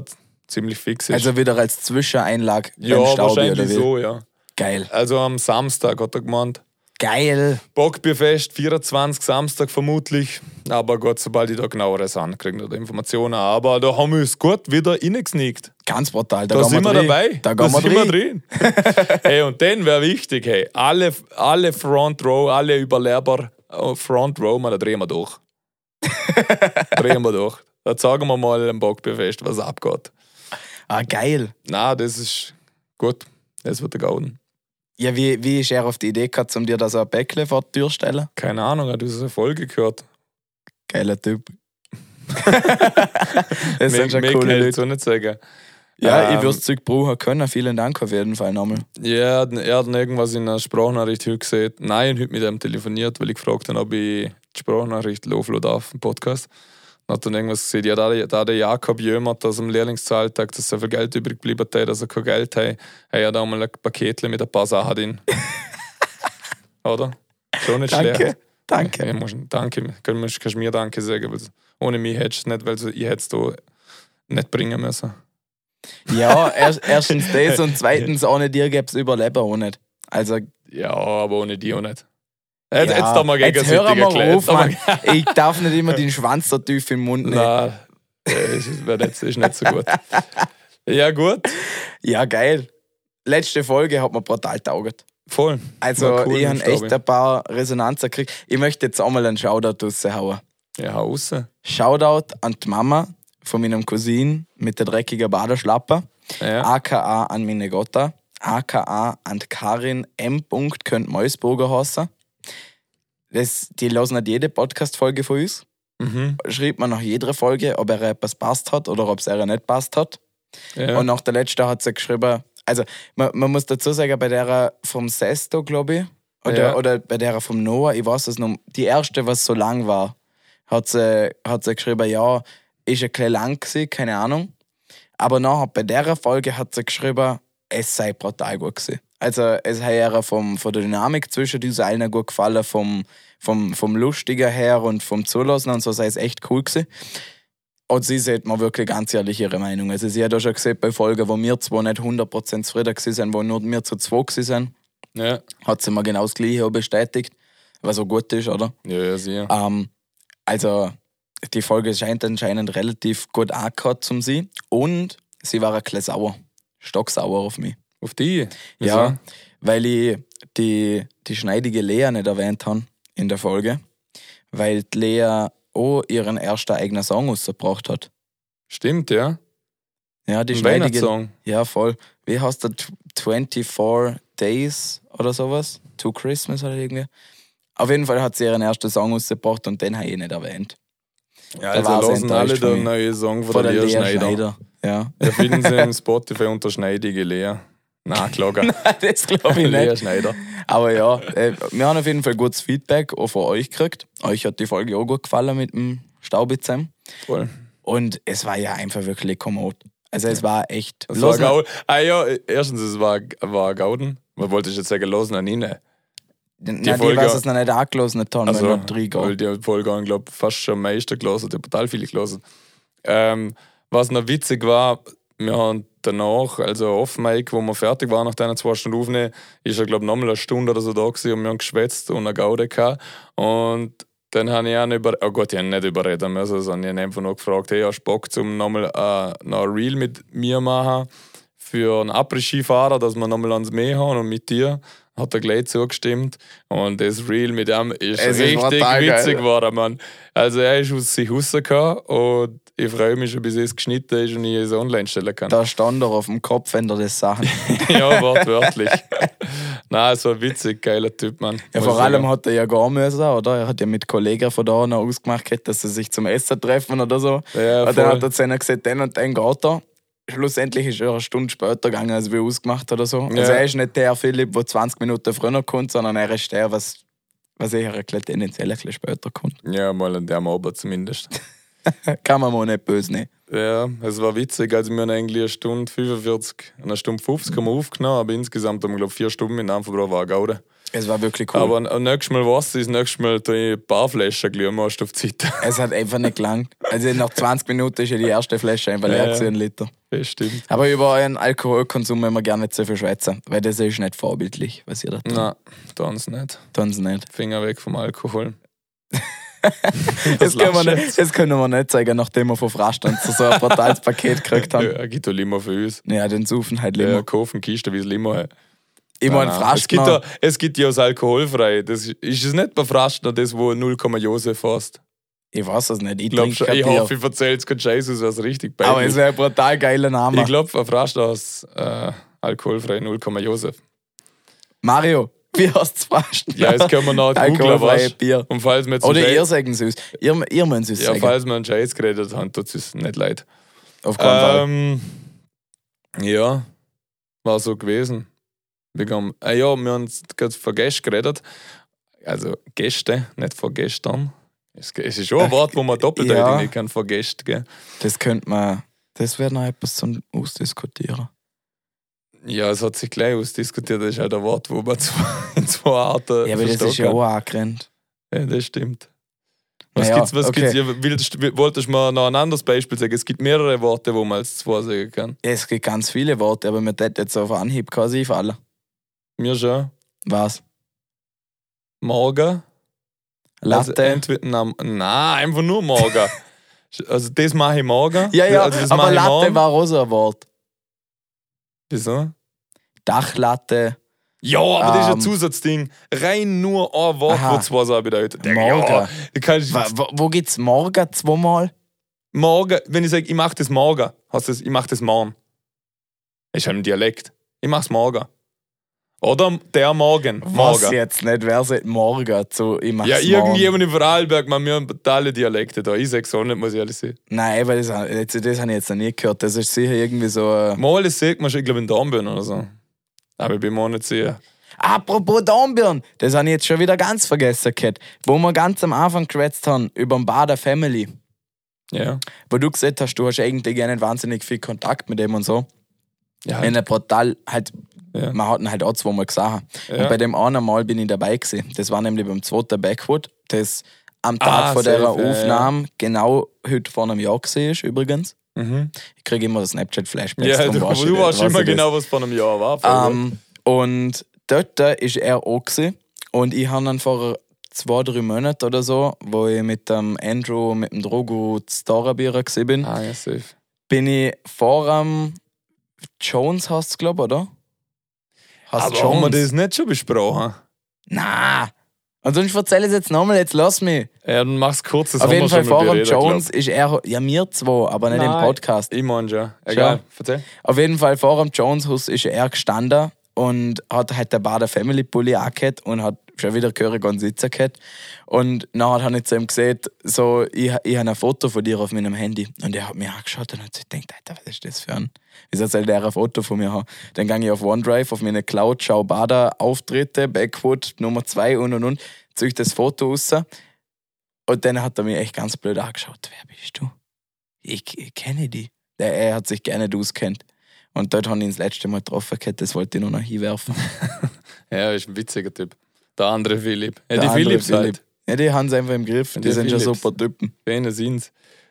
ziemlich fix ist. Also wieder als Zwischeneinlag ja, beim Staubi, wahrscheinlich oder wie? so, ja. Geil. Also am Samstag hat er gemeint. Geil. Bockbierfest, 24 Samstag vermutlich. Aber Gott, sobald ich da genaueres ankriege oder Informationen. Aber da haben wir es gut wieder reingesneakt. Ganz brutal. Da sind wir drin. dabei. Da Da gehen wir sind wir drin. drin. Hey, und dann wäre wichtig, hey, alle Front Row, alle Überleber, Front Row, da drehen wir durch. Drehen wir durch. Da sagen wir mal am Bockbierfest, was abgeht. Ah, geil. Na, das ist gut. Das wird der Gauden. Ja, wie ist er auf die Idee gehabt, um dir da so ein Bäckle vor die Tür zu stellen? Keine Ahnung, hat diese Folge gehört. Geiler Typ. Das sind schon coole Leute. Leute. So nicht sagen. Ja, ich würde das Zeug brauchen können. Vielen Dank auf jeden Fall nochmal. Ja, er hat irgendwas in einer Sprachnachricht heute gesehen. Nein, heute mit ihm telefoniert, weil ich gefragt habe, ob ich die Sprachnachricht laufen darf im Podcast. Dann hat dann irgendwas gesehen, ja, da der Jakob Jömert aus dem Lehrlingszahltag, dass so viel Geld übrig geblieben hat, dass er kein Geld hat, er hat auch mal ein Paketle mit ein paar Sachen drin. Oder? Schon nicht schlecht. Danke. Ja, danke. Kannst du mir Danke sagen, weil ohne mich hättest du es nicht, weil ich hätte es da nicht bringen müssen. Ja, erstens das und zweitens ohne dir gäbe es Überleben auch nicht. Also, Ja, aber ohne die auch nicht. Jetzt ja, haben wir jetzt hör gegenseitig mal erklärt. auf, Mann. Ich darf nicht immer den Schwanz so tief im Mund nehmen. Nein, das ist nicht so gut. Ja, gut. Ja, geil. Letzte Folge hat mir brutal taugt. Voll. Also, War cool, ich habe glaub echt ein paar Resonanzen gekriegt. Ich möchte jetzt auch mal einen Shoutout raushauen. Ja, hau raus. Shoutout an die Mama von meinem Cousin mit der dreckigen Badeschlappe. Ja. AKA an meine Gotta. AKA an die Karin M. Könnt Meusburger heißen. Die hören nicht jede Podcast-Folge von uns. Mhm. Schreibt man nach jeder Folge, ob er etwas passt hat oder ob es er nicht passt hat. Ja. Und nach der letzten hat sie geschrieben, also man muss dazu sagen, bei der vom Sesto, glaube ich, oder bei der vom Noah, ich weiß es noch, die erste, was so lang war, hat sie geschrieben, ja, ist ein bisschen lang gewesen, keine Ahnung. Aber nachher bei der Folge hat sie geschrieben, es sei brutal gut gewesen. Also es hat ihr von der Dynamik zwischen uns allen gut gefallen, vom Lustigen her und vom Zulassen und so sei es echt cool gewesen. Und sie sagt mir wirklich ganz ehrlich ihre Meinung. Also sie hat auch schon gesehen, bei Folgen, wo wir zwar nicht 100% zufrieden waren, wo nur wir zu zweit waren, Ja. hat sie mir genau das Gleiche auch bestätigt, was auch gut ist, oder? Ja, sicher. Also die Folge scheint anscheinend relativ gut angehört zum sie. Und sie war ein bisschen sauer. Stocksauer auf mich. Auf die? Wieso? Ja, weil ich die schneidige Lea nicht erwähnt habe in der Folge. Weil die Lea auch ihren ersten eigenen Song rausgebracht hat. Stimmt, ja. Ja, die Ein schneidige. Weihnachtssong. Ja, voll. Wie heißt der? 24 Days oder sowas? To Christmas oder irgendwie. Auf jeden Fall hat sie ihren ersten Song rausgebracht und den habe ich nicht erwähnt. Ja, Da also war sie lassen alle enttäuscht von den mir. neuen Song von Von der der Lea Lea Schneider. Ja. Da finden sie im Spotify unter Schneidige Lea. Nein, klar. Das glaube ich Lea nicht. Schneider. Aber ja, wir haben auf jeden Fall gutes Feedback auch von euch gekriegt. Euch hat die Folge auch gut gefallen mit dem Staubi zusammen. Voll. Und es war ja einfach wirklich kommod. Also es war echt. Das war Los- Gauden. Ah ja, erstens, es war Gauden. Was wollte ich jetzt sagen? Losen an ihnen. die Folge- was es noch nicht angelassen haben, Also, wenn noch 3 weil gehen. die Folge haben, glaube ich, fast schon am meisten gelesen, die haben total viele gelesen. Was noch witzig war, wir haben danach, also Off-Mic, wo wir fertig waren nach diesen 2 Stunden aufnehmen, ist er, glaube ich, nochmal eine Stunde oder so da gewesen und wir haben geschwätzt und eine Gaude gehabt. Und dann habe ich auch oh Gott, ich habe nicht überreden müssen, sondern ich habe einfach nur gefragt, hey, hast du Bock, um nochmal noch ein Reel mit mir machen für einen Après-Ski-Fahrer, dass wir nochmal ans Meer haben und mit dir. Hat er gleich zugestimmt. Und das Reel mit ihm ist Es ist richtig brutal geil. witzig geworden, Mann. Also er ist aus sich rausgekommen und ich freue mich schon, bis es geschnitten ist und ich es online stellen kann. Da stand er auf dem Kopf, wenn er das Sachen. Ja, wortwörtlich. Nein, es war ein witzig, geiler Typ, Mann. Ja, vor allem hat er ja gar müssen, oder? Er hat ja mit Kollegen von da noch ausgemacht, dass sie sich zum Essen treffen oder so. Ja, und dann voll. hat er zu ihnen gesagt, den und den geht er. Schlussendlich ist er eine Stunde später gegangen, als wir ausgemacht oder so. Also Ja. er ist nicht der Philipp, der 20 Minuten früher kommt, sondern er ist der, was eher ein bisschen tendenziell ein bisschen später kommt. Ja, mal an dem Abend zumindest. Kann man mal nicht böse nehmen. Ja, es war witzig. Also wir haben eigentlich 1 Stunde 45, 1 Stunde 50 haben wir aufgenommen, aber insgesamt haben wir, glaube ich, 4 Stunden miteinander verbracht, war eine Gaude. Es war wirklich cool. Aber nächstes Mal was ist, nächstes Mal die Barflasche gleich auf die Zeit. Es hat einfach nicht gelangt. Also nach 20 Minuten ist ja die erste Flasche einfach leer gewesen, 1 Liter. Das stimmt. Aber über euren Alkoholkonsum wollen wir gerne nicht so viel schwätzen, weil das ist nicht vorbildlich, was ihr da tut. Nein, tun's nicht. Tun's nicht. Finger weg vom Alkohol. Das können wir nicht zeigen, nachdem wir von Frastand so ein brutales Paket gekriegt haben. Ja, gibt doch Limo für uns. Ja, den saufen halt Limo. Ja, kaufen Kiste wie das Limo. Immer ein Frastand. Es gibt ja das alkoholfrei. Das ist es nicht bei Frastand, das wo 0, Josef hast. Ich weiß es nicht. Ich hoffe, ich erzähle es kein Scheiß, was richtig bei aber es wäre ein brutal geiler Name. Ich glaube, bei Frastand hast alkoholfrei 0, Josef. Mario, wie heißt es Frastand? Ja, jetzt können wir noch googeln, was. Bier. Und falls wir oder ihr sagen es. Ihr müsst es sagen. Ja, falls wir einen Scheiß geredet haben, tut es nicht leid. Auf keinen Fall. Ja, war so gewesen. Wir haben gerade von Gästen geredet. Also Gäste, nicht von gestern. Es ist schon ein Wort, wo man doppeldeutig nicht kann, von Gästen. Gell? Das wäre noch etwas zum Ausdiskutieren. Ja, es hat sich gleich ausdiskutiert. Das ist halt ein Wort, wo man in 2 Arten. Ja, aber das ist ja auch angerannt. Ja, das stimmt. Was gibt's? Wolltest du mir noch ein anderes Beispiel sagen? Es gibt mehrere Worte, wo man als 2 sagen kann. Ja, es gibt ganz viele Worte, aber mir tät jetzt auf Anhieb quasi einfallen. Mir schon. Was? Morgen. Latte. Also nein, einfach nur morgen. Also das mache ich morgen. Ja, also das aber Latte morgen. war auch so ein Wort. Wieso? Dachlatte. Ja, aber das ist ein Zusatzding. Rein nur ein Wort, wo 2 Sachen bedeutet. Morgen. Ja, wo gibt's morgen 2-mal? Morgen, wenn ich sage, ich mache das morgen, heißt das, ich mache das morgen. Das ist halt ein Dialekt. Ich mache es morgen. Oder der Morgen. Was jetzt nicht? Wer sagt morgen zu ich mach's morgen? Ja, irgendjemand in Vorarlberg, wir haben totale Dialekte da. Ich sag's auch nicht, muss ich ehrlich sagen. Nein, weil das habe ich jetzt noch nie gehört. Das ist sicher irgendwie so... Mal, das sagt man schon, ich glaube in Dornbirn oder so. Aber ich bin mir auch nicht sicher. Apropos Dornbirn, das habe ich jetzt schon wieder ganz vergessen gehabt. Wo wir ganz am Anfang geschwätzt haben, über den Bader Family. Ja. Wo du gesagt hast, du hast eigentlich nicht wahnsinnig viel Kontakt mit dem und so. Ja. In einem Portal halt... Ja. Man hat ihn halt auch 2-mal gesehen. Ja. Und bei dem einen Mal bin ich dabei gewesen. Das war nämlich beim 2. Backwood, das am Tag von dieser Aufnahme genau heute vor einem Jahr war, übrigens. Mhm. Ich kriege immer das Snapchat-Flashbacks. Ja, du weißt immer genau, was vor einem Jahr war. Und dort ist er auch gewesen. Und ich habe dann vor 2-3 Monaten oder so, wo ich mit dem Andrew, mit dem Drogo zu Storabier gewesen bin, ja, safe. bin ich vor dem Jones, heißt es, glaube ich, oder? Aber haben wir das nicht schon besprochen? Na. Und sonst erzähl es jetzt nochmal, jetzt lass mich. Ja, dann mach's kurz. Das auf jeden Fall vor dem Jones ist er, ja wir 2, aber nicht im Podcast. Ich meine schon. Egal, erzähl. Auf jeden Fall vor dem Jones Haus ist er gestanden und hat halt der Bader Family Pulli angehabt und hat schon wieder gehörig an Sitzen gehabt. Und nachher habe ich zu ihm gesagt, so, ich habe ein Foto von dir auf meinem Handy. Und er hat mich angeschaut und hat sich gedacht, Alter, was ist das für ein... Wieso soll der ein Foto von mir haben? Dann gehe ich auf OneDrive, auf meine Cloud, schau Bader Auftritte, Backwood Nummer 2 und ziehe das Foto raus. Und dann hat er mich echt ganz blöd angeschaut. Wer bist du? Ich kenne dich. Er hat sich gerne auskennt. Und dort habe ich ihn das letzte Mal getroffen, das wollte ich nur noch hinwerfen. Ja, ist ein witziger Typ. Der andere Philipp. Ja, die Philipps halt. Ja, die haben es einfach im Griff. Die sind schon super Typen. Wen sind's?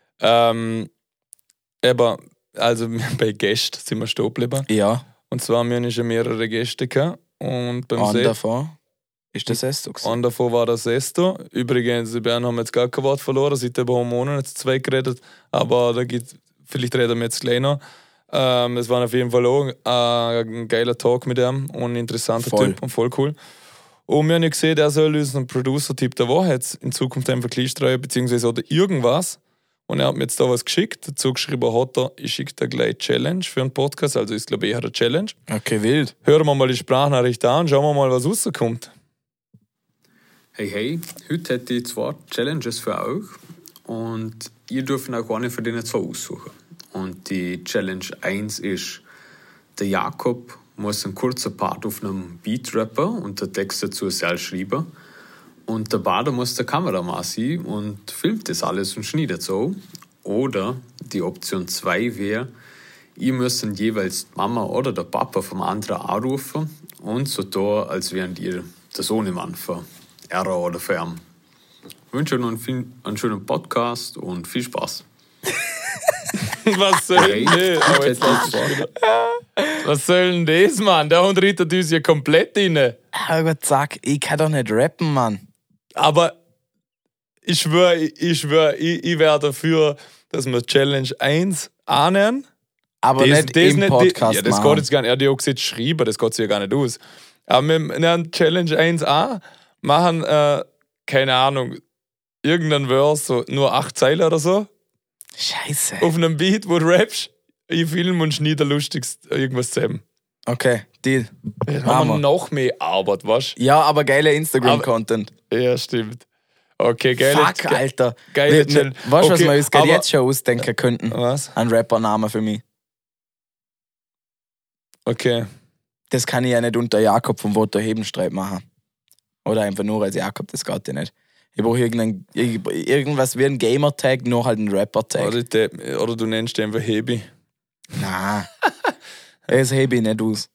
Aber, also bei Gästen sind wir stehen geblieben. Ja. Und zwar, wir hatten schon mehrere Gäste gehabt. Und beim davon ist das Sesto gewesen. Und davon war das Sesto. Übrigens, die Bären haben jetzt gar kein Wort verloren, seit ein paar Monaten jetzt 2 geredet. Aber vielleicht reden wir jetzt gleich noch. Es war auf jeden Fall auch ein geiler Talk mit ihm und ein interessanter Typ und voll cool. Und wir haben ja gesehen, er soll uns einen Producer-Tipp der Woche jetzt in Zukunft einfach kleinstreuen, beziehungsweise oder irgendwas. Und er hat mir jetzt da was geschickt. Dazu geschrieben hat er, ich schicke dir gleich Challenge für einen Podcast. Also ist, glaube ich, eher eine Challenge. Okay, wild. Hören wir mal die Sprachnachricht an, schauen wir mal, was rauskommt. Hey, heute hätte ich 2 Challenges für euch. Und ihr dürft auch eine von denen 2 aussuchen. Und die Challenge 1 ist, der Jakob muss einen kurzen Part auf einem Beat rappen und den Text dazu selbst schreiben. Und der Bader muss der Kameramann sein und filmt das alles und schneidet so. Oder die Option 2 wäre, ihr müsst jeweils die Mama oder der Papa vom anderen anrufen und so tun, als wären ihr der Sohnemann für er oder für ihn. Ich wünsche euch noch einen schönen Podcast und viel Spaß. Was soll denn das? Was soll denn das, Mann? Der Hund reitet uns ja komplett rein. Aber sag, ich kann doch nicht rappen, Mann. Aber ich schwöre, ich wäre dafür, dass wir Challenge 1 annehmen. Aber nicht im Podcast Ja, das machen. geht jetzt gar nicht. Er hat ja auch gesagt, schreiben, das geht sich ja gar nicht aus. Aber wir nehmen Challenge 1a, machen, keine Ahnung, irgendein Verse, so nur 8 Zeilen oder so, Scheiße. auf einem Beat, wo du rappst, ich film und schneide lustigst irgendwas zusammen. Okay, Deal. Dann haben Machen wir wir. noch mehr Arbeit, weißt Ja, aber geiler Instagram-Content. du? Ja, stimmt. Okay, geil. Fuck, Alter. geile Weißt Challenge. du, was Okay, wir uns gerade aber- jetzt schon ausdenken könnten? Was? Ein Rappernamen für mich. Okay. Das kann ich ja nicht unter Jakob vom Voto Hebenstreit machen. Oder einfach nur als Jakob, das geht ja nicht. Ich brauche irgendwas wie ein Gamer-Tag, nur halt ein Rapper-Tag. Oder du nennst den einfach Hebi. Nein. Das hebe ich nicht aus.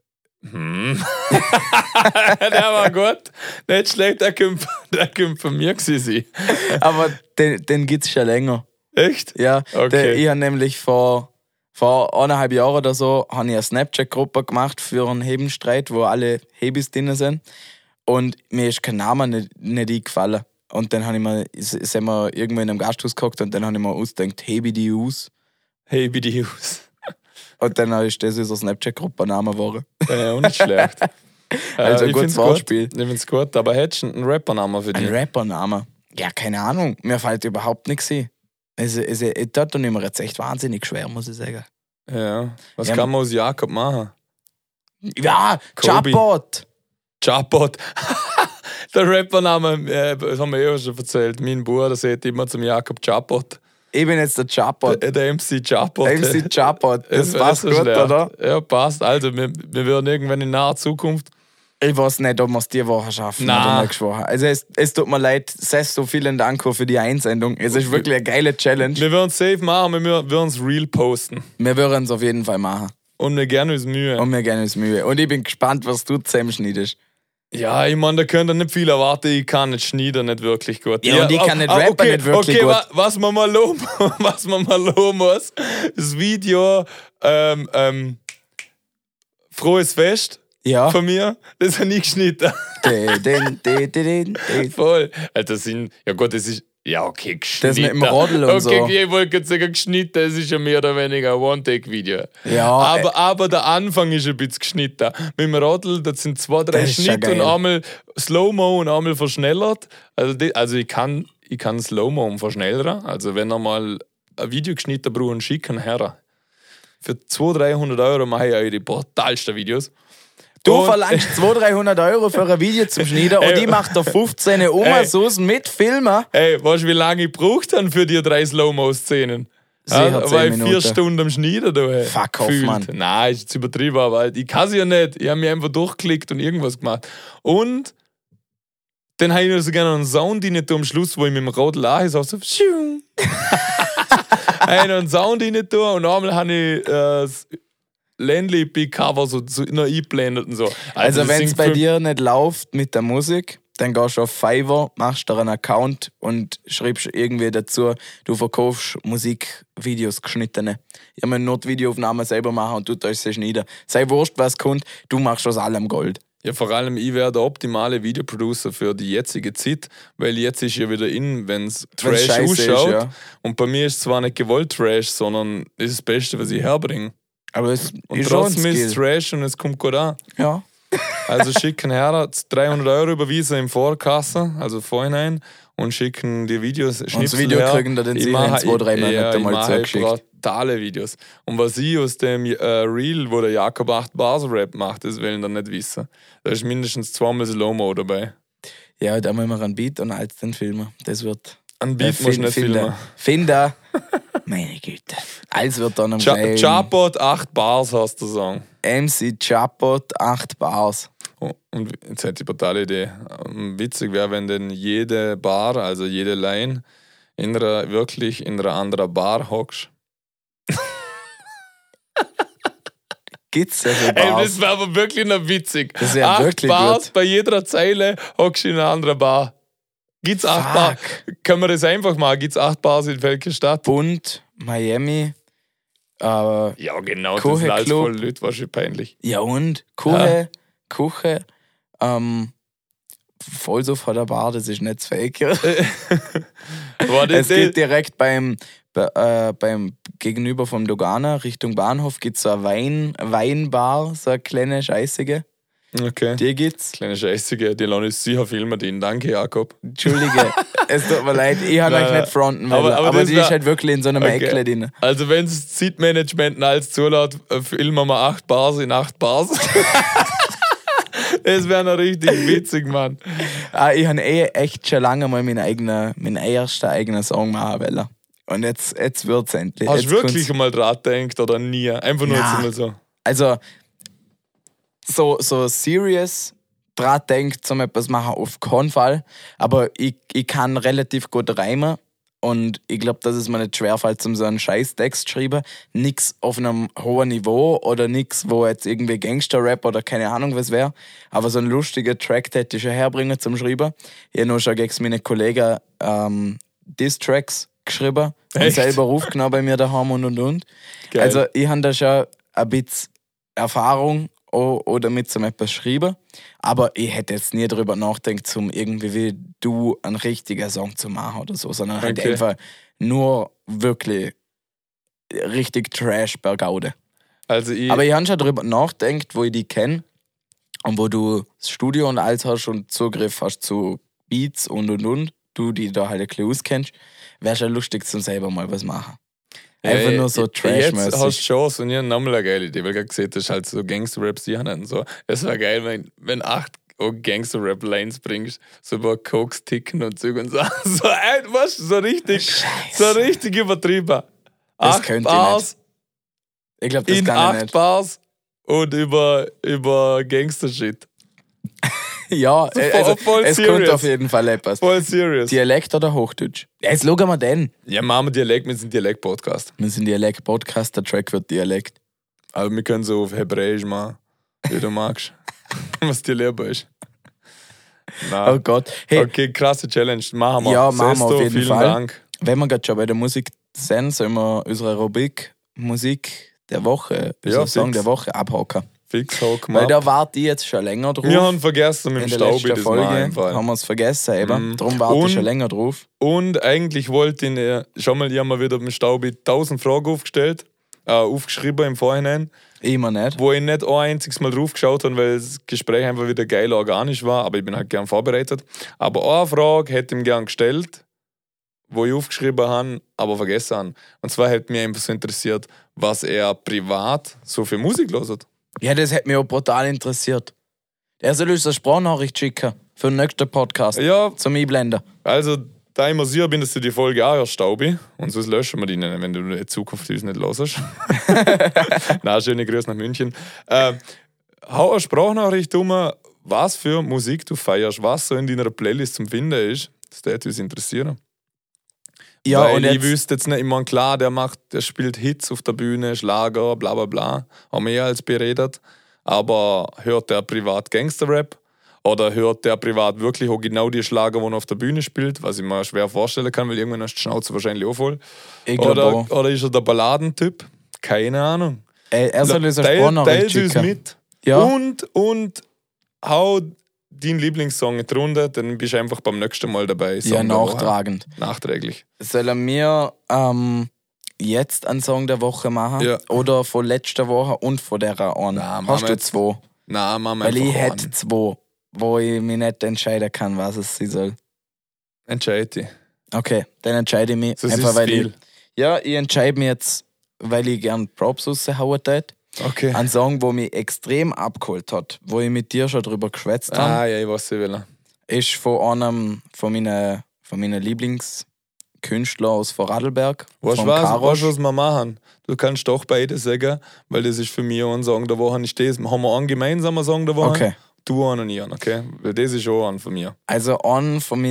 Der war gut. Nicht schlecht, der könnte von mir gewesen sein. Aber den gibt es schon länger. Echt? Ja, Okay. ich habe nämlich vor 1,5 Jahren oder so habe ich eine Snapchat-Gruppe gemacht für einen Hebenstreit, wo alle Hebis drin sind. Und mir ist kein Name nicht eingefallen. Und dann sind wir irgendwo in einem Gasthaus gehockt und dann habe ich mir ausgedacht, Hebi die aus. Hebi die Hus. Und dann ist das unser Snapchat-Gruppenname geworden. Ja, auch nicht schlecht. Also ich gutes find's Wortspiel. Gut. Ich finde es gut, aber hättest du einen Rappernamen für Ein dich? Rappername? Ja, keine Ahnung. Mir fällt überhaupt nichts ein. Es tut mir jetzt echt wahnsinnig schwer, muss ich sagen. Ja. Was Ja, kann man aus Jakob machen? Ja, Kobi. Chatbot. Chatbot. Der Rappername, das haben wir ja schon erzählt. Mein Bruder sagt immer zum Jakob Chatbot. Ich bin jetzt der Chatbot. Der MC Chatbot. MC Chatbot. Das wäre passt nicht so gut, schlecht. oder? Ja, passt. Also, wir werden irgendwann in naher Zukunft. Ich weiß nicht, ob wir es die Woche schaffen Nein. oder nächste Woche. Also es tut mir leid, so vielen Dank für die Einsendung. Es ist wirklich eine geile Challenge. Wir werden es safe machen, wir werden es real posten. Wir würden es auf jeden Fall machen. Und wir gerne uns Mühe. Und wir geben uns Mühe. Und ich bin gespannt, was du zusammenschneidest. Ja, ich meine, da könnt ihr nicht viel erwarten. Ich kann nicht schneiden, nicht wirklich gut. Ja, und ich kann nicht rappen, okay, nicht wirklich okay, gut. Was man mal loben muss, das Video Frohes Fest Ja. von mir, das habe ich geschnitten. Den. Voll. Das sind, ja gut, das ist, ja okay, geschnitten. Das mit dem Rodel und so. Okay, ich wollte gerade sagen, geschnitten, das ist ja mehr oder weniger ein One-Take-Video. Ja, aber der Anfang ist ein bisschen geschnitten. Mit dem Rodel, das sind 2, 3 Das ist schon Schnitte und geil. einmal Slow-Mo und einmal verschnellert. Also ich kann Slow-Mo und verschnellern. Also wenn ihr mal ein Video geschnitten braucht, schicken her. Für 200-300 Euro mache ich euch die brutalsten Videos. Du Und- verlangst 200-300 Euro für ein Video zum Schneiden und Ey. ich mach da 15 Ey. Umasus mit Filmen. Ey, weißt du, wie lange ich gebraucht habe für die 3 Slow-Mo-Szenen? Sicher 10 weil ich 4 Minuten. Stunden am Schneiden da. Hey. Fuck off, Gefühlt. Mann. Nein, ist jetzt übertrieben, aber ich kann es ja nicht. Ich habe mich einfach durchgeklickt und irgendwas gemacht. Und dann habe ich noch so gerne einen Sound rein tun am Schluss, wo ich mit dem Rodel auch so pschiu. Habe ich noch einen Sound rein tun und einmal habe ich das Landlip-Cover so noch eingeblendet und so. Also das wenn es sind bei fünf- dir nicht läuft mit der Musik, dann gehst du auf Fiverr, machst dir einen Account und schreibst irgendwie dazu, du verkaufst Musikvideos geschnittene. Ich habe nur die Videoaufnahmen selber machen und du tust sie schneiden. Sei wurscht, was kommt, du machst aus allem Gold. Ja, vor allem, ich wäre der optimale Videoproducer für die jetzige Zeit, weil jetzt ist ja wieder in, wenn es Trash scheiße ist, ausschaut. ja. Und bei mir ist zwar nicht gewollt Trash, sondern ist das Beste, was ich herbringe. Aber es Und ist schon ein trotzdem ist es Skill. Trash und es kommt gut an. Ja. Also schicken her 300 Euro überwiesen im Vorkasse, also vorhinein, und schicken die Videos, Und das Schnipsel Video her. kriegen da den Ich sie in mache- 2-3 Monaten ich mal mache zugeschickt. brutale Videos. Und was ich aus dem Reel, wo der Jakob 8 Bars Rap macht, das will ich dann nicht wissen. Da ist mindestens 2-mal Slow-Mo dabei. Ja, da müssen wir einen Beat und als den filmen. Das wird... Ein Beat musst du nicht filmen. Finder. Meine Güte. Alles wird dann am gleichen. Chatbot 8 Bars hast du sagen. MC Chatbot 8 Bars. Oh, und jetzt hätte ich eine brutale Idee. Witzig wäre, wenn denn jede Bar, also jede Line, wirklich in einer anderen Bar hockst. Gibt's ja so Ey, Bars? das wäre aber wirklich noch witzig. Das wär 8 wirklich Bars, gut. bei jeder Zeile hockst du in einer anderen Bar. Gibt's 8 Bars? Können wir das einfach machen? Gibt's 8 Bars in welcher Stadt? Bund, Miami, Ja, genau, das Kuche sind alles Club. voll Leute, wahrscheinlich peinlich. ja und Kuche, voll so vor der Bar, das ist nicht fake. Aber Es geht direkt beim gegenüber vom Dogana Richtung Bahnhof gibt es so eine Weinbar, so eine kleine scheißige. Okay. Die gibt's. Kleine Scheißige, die lassen uns sicher filmen, den. Danke, Jakob. Entschuldige, es tut mir leid, ich habe Nein, euch nein. nicht fronten Aber- wollen, aber aber das die wär- ist halt wirklich in so einem Okay. Eckle drin. Also, wenn das Zeitmanagement alles zulässt, filmen wir 8 Bars in 8 Bars. Das wäre noch richtig witzig, Mann. Ich habe echt schon lange mal meinen ersten eigenen Song machen wollen. Und jetzt wird es endlich. Hast Jetzt du wirklich kommt's. einmal dran gedacht oder nie? Einfach nur Na. jetzt einmal so. Also, so serious dran denkt, zum etwas machen, auf keinen Fall. Aber ich kann relativ gut reimen. Und ich glaube, dass es mir nicht schwerfällt, so einen Scheiß-Text zu schreiben. Nix auf einem hohen Niveau oder nix, wo jetzt irgendwie Gangster-Rap oder keine Ahnung was wäre. Aber so einen lustigen Track hätte ich schon herbringen zum Schreiben. Ich habe noch schon gegen meine Kollegen Diss-Tracks geschrieben und Echt? selber aufgenommen bei mir daheim und. Geil. Also ich habe da schon ein bisschen Erfahrung oder mit so etwas schreiben. Aber ich hätte jetzt nie darüber nachgedacht, um irgendwie wie du einen richtigen Song zu machen oder so, sondern halt Okay. einfach nur wirklich richtig Trash bergaude. Also Aber ich habe schon darüber nachgedacht, wo ich die kenne und wo du das Studio und alles hast und Zugriff hast zu Beats und. Du die da halt ein bisschen auskennst, wäre schon lustig zum selber mal was machen. Einfach nur so Jetzt hast du Trash-mäßig. Chance und ich habe nochmal eine geile Idee, weil ich gerade gesehen das ist halt so Gangster-Raps, die haben so. Es wäre geil, wenn 8 Gangster-Rap-Lines bringst, so über Koks ticken und Zeug und so. So richtig übertrieben. Das 8 könnte ich Bars Ich glaube, das in kann ich 8 nicht. Bars und über Gangster-Shit. Ja, also, voll es serious. kommt auf jeden Fall etwas. Voll serious. Dialekt oder Hochdeutsch? Ja, jetzt schauen wir den. Ja, machen wir Dialekt, wir sind Dialekt-Podcast. Wir sind Dialekt-Podcast, der Track wird Dialekt. Aber wir können so auf Hebräisch machen, wie du magst. Was dir lieber ist. Nein. Oh Gott. Hey, Okay, krasse Challenge. Machen wir. Ja, machen wir Sesto, auf jeden vielen Fall. Dank. wenn wir gerade schon bei der Musik sind, sollen wir unsere Rubrik Musik der Woche, Ja, Song fix. der Woche abhaken. Fix, hock Weil mal. da warte ich jetzt schon länger drauf. Wir haben vergessen mit in dem der Staubi letzten das Folge mal einfach. haben wir es vergessen eben. Mhm. Darum warte Und- ich schon länger drauf. Und eigentlich wollte ich, schon mal, ich habe mir wieder mit dem Staubi 1000 Fragen aufgeschrieben im Vorhinein, Immer nicht. wo ich nicht ein einziges Mal drauf geschaut habe, weil das Gespräch einfach wieder geil organisch war, aber ich bin halt gern vorbereitet. Aber eine Frage hätte ich ihm gern gestellt, wo ich aufgeschrieben habe, aber vergessen habe. Und zwar hätte mich einfach so interessiert, was er privat so für Musik hört. Ja, das hätte mich auch brutal interessiert. Er soll uns eine Sprachnachricht schicken für den nächsten Podcast Ja, zum Einblenden. also da ich mir sicher bin, dass du die Folge auch hörst, Staubi, und sonst löschen wir die nicht, wenn du in Zukunft uns nicht hörst. Na, schöne Grüße nach München. Hau eine Sprachnachricht um, was für Musik du feierst, was so in deiner Playlist zum Finden ist. Das würde uns interessieren. Ja, Weil und ich jetzt, wüsste jetzt nicht, ich meine, klar, der spielt Hits auf der Bühne, Schlager, bla bla bla, haben wir ja als beredet. Aber hört der privat Gangster-Rap? Oder hört der privat wirklich auch genau die Schlager, die er auf der Bühne spielt? Was ich mir schwer vorstellen kann, weil irgendwann hast du die Schnauze wahrscheinlich auch voll. ich glaube auch. Oder ist er der Balladentyp? Keine Ahnung. Er soll uns eine Teil Sprachnachricht uns schicken. mit. Ja. Und hau deinen Lieblingssong in die Runde, dann bist du einfach beim nächsten Mal dabei. Song Ja, der Woche. nachtragend. Nachträglich. Sollen wir jetzt einen Song der Woche machen? Ja. Oder von letzter Woche und von der einen? Nein, machen Hast wir du jetzt zwei? Nein, machen wir Weil ich einfach hätte an. zwei, wo ich mich nicht entscheiden kann, was es sein soll. Entscheide dich. Okay, dann entscheide ich mich. Das einfach ist weil viel. ich entscheide mich jetzt, weil ich gerne Props raushauen würde. Okay. Ein Song, der mich extrem abgeholt hat, wo ich mit dir schon drüber geschwätzt habe, Ah, ja, ich weiß, ich will. ist von einem von meinen Lieblingskünstlern aus Vorarlberg. Weißt du vom was, Karosch. was wir machen? Du kannst doch beide sagen, weil das ist für mich auch ein Song der Woche. Nicht das. Haben wir einen gemeinsamen Song der Woche? Okay. Du einen und ich einen, okay? Weil das ist auch ein von mir. Also einen von meinen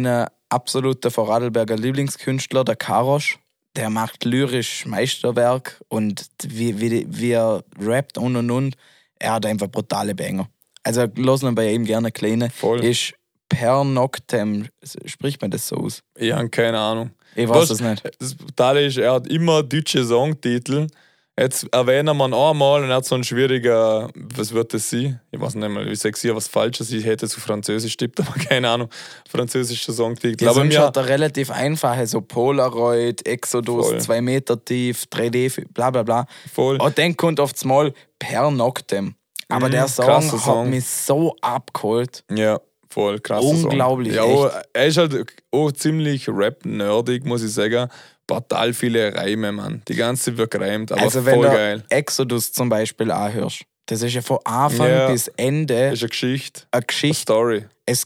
absoluter Vorarlberger Lieblingskünstler, der Karosch. Der macht lyrisch Meisterwerk und wie er rappt und. Er hat einfach brutale Banger. Also lassen wir bei ihm gerne kleine. Voll. Ist Per Noctem, spricht man das so aus? Ich habe keine Ahnung. Ich weiß es nicht. Das Brutale ist, er hat immer deutsche Songtitel. Jetzt erwähnen wir ihn einmal und er hat so einen schwierigen, was wird das sein? Ich weiß nicht mal, ich sage hier was Falsches, ich hätte zu Französisch tippt, aber keine Ahnung, französischer Songtitel. Die aber sind mir schon relativ einfache, so Polaroid, Exodus, Voll. 2 Meter tief, 3D, bla bla bla. voll. Und dann kommt oft mal Per Noctem. Aber der Song krasser hat Song. mich so abgeholt. Ja, voll krass. Unglaublich, Ja, oh, er ist halt auch ziemlich rap-nerdig, muss ich sagen. Brutal viele Reime, Mann. Die ganze wird gereimt, aber Also wenn voll du geil. Exodus zum Beispiel anhörst, das ist ja von Anfang Ja. bis Ende Das ist eine Geschichte, eine eine Geschichte. Story.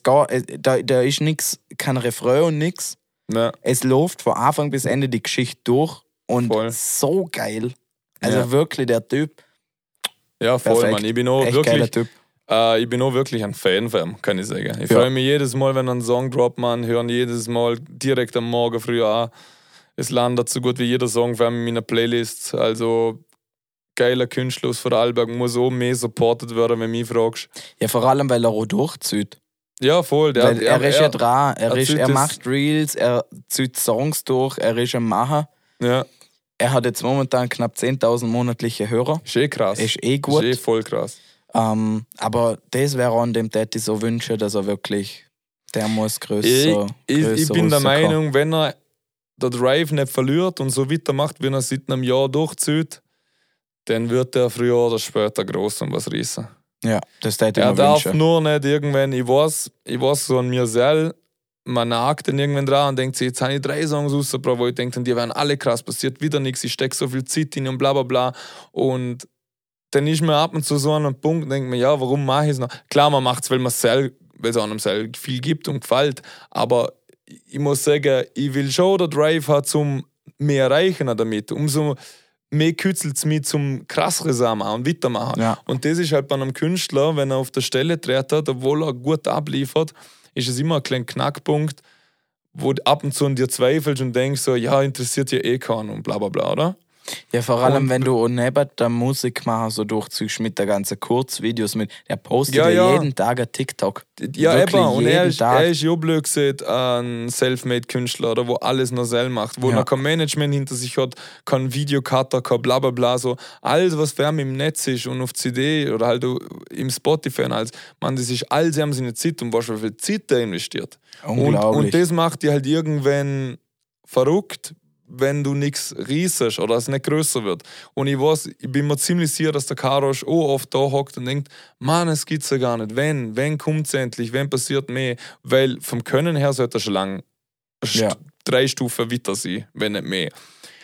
Da ist nix, kein Refrain und nix. Ja, Es läuft von Anfang bis Ende die Geschichte durch und Voll. so geil. Also Ja. wirklich der Typ, ja voll, perfekt. Mann. Ich bin auch echt wirklich geiler Typ. Ich bin auch wirklich ein Fan von ihm, kann ich sagen. Ich Ja. freue mich jedes Mal, wenn ein Song droppt, man, hören jedes Mal direkt am Morgen früh an. Es landet so gut wie jeder Song von ihm in meiner Playlist. Also geiler Künstler aus Vorarlberg, muss auch mehr supported werden, wenn du mich fragst. Ja, vor allem, weil er auch durchzieht. Ja, voll. Der Weil er ist ja dran, zieht er das- macht Reels, er zieht Songs durch, er ist am Machen. Ja, Er hat jetzt momentan knapp 10.000 monatliche Hörer. ist eh krass. Ist eh gut. Ist eh voll krass. Aber das wäre an dem Täti so wünschen, dass er wirklich, der muss größer. Ich bin der Meinung, wenn er der Drive nicht verliert und so weitermacht, wie er seit einem Jahr durchzieht, dann wird er früher oder später groß und was reissen. Ja, das Täti Er mir darf wünschen. nur nicht irgendwann, ich weiß so an mir selbst, man nagt dann irgendwann dran und denkt sich, jetzt habe ich 3 Songs rausgebracht, wo ich denke, die werden alle krass, passiert wieder nichts, ich stecke so viel Zeit in und bla bla bla. Und dann ist mir ab und zu so an einem Punkt und denkt mir, ja, warum mache ich es noch? Klar, man macht es, weil es einem selbst viel gibt und gefällt, aber ich muss sagen, ich will schon den Drive haben, zum mehr erreichen damit. Umso mehr kützelt es mich zum krassere Sachen und weitermachen. Ja. Und das ist halt bei einem Künstler, wenn er auf der Stelle tritt, obwohl er gut abliefert, ist es immer ein kleiner Knackpunkt, wo du ab und zu an dir zweifelst und denkst so, ja, interessiert ja eh keinen und bla bla bla, oder? Ja, vor allem, Und- wenn du auch neben der Musik machen so durchziehst mit der ganzen Kurzvideos mit, der postet Ja, ja, ja. jeden Tag ein TikTok. Ja, Wirklich eben. Und er jeden ist Tag. ja blöd gesagt ein Selfmade-Künstler, oder wo alles noch selber macht, wo Ja. noch kein Management hinter sich hat, kein Videocutter, kein bla bla bla. So. Alles, was für ihn im Netz ist und auf CD oder halt im Spotify und alles, man, das ist alles haben seine Zeit und weißt du, wie viel Zeit der investiert. Unglaublich. Und das macht dir halt irgendwann verrückt, wenn du nichts riesest oder es nicht größer wird. Und ich bin mir ziemlich sicher, dass der Karosch auch oft da hockt und denkt, Mann, es gibt's ja gar nicht. Wenn kommt es endlich, wenn passiert mehr? Weil vom Können her sollte er schon lange Ja. 3 Stufen weiter sein, wenn nicht mehr.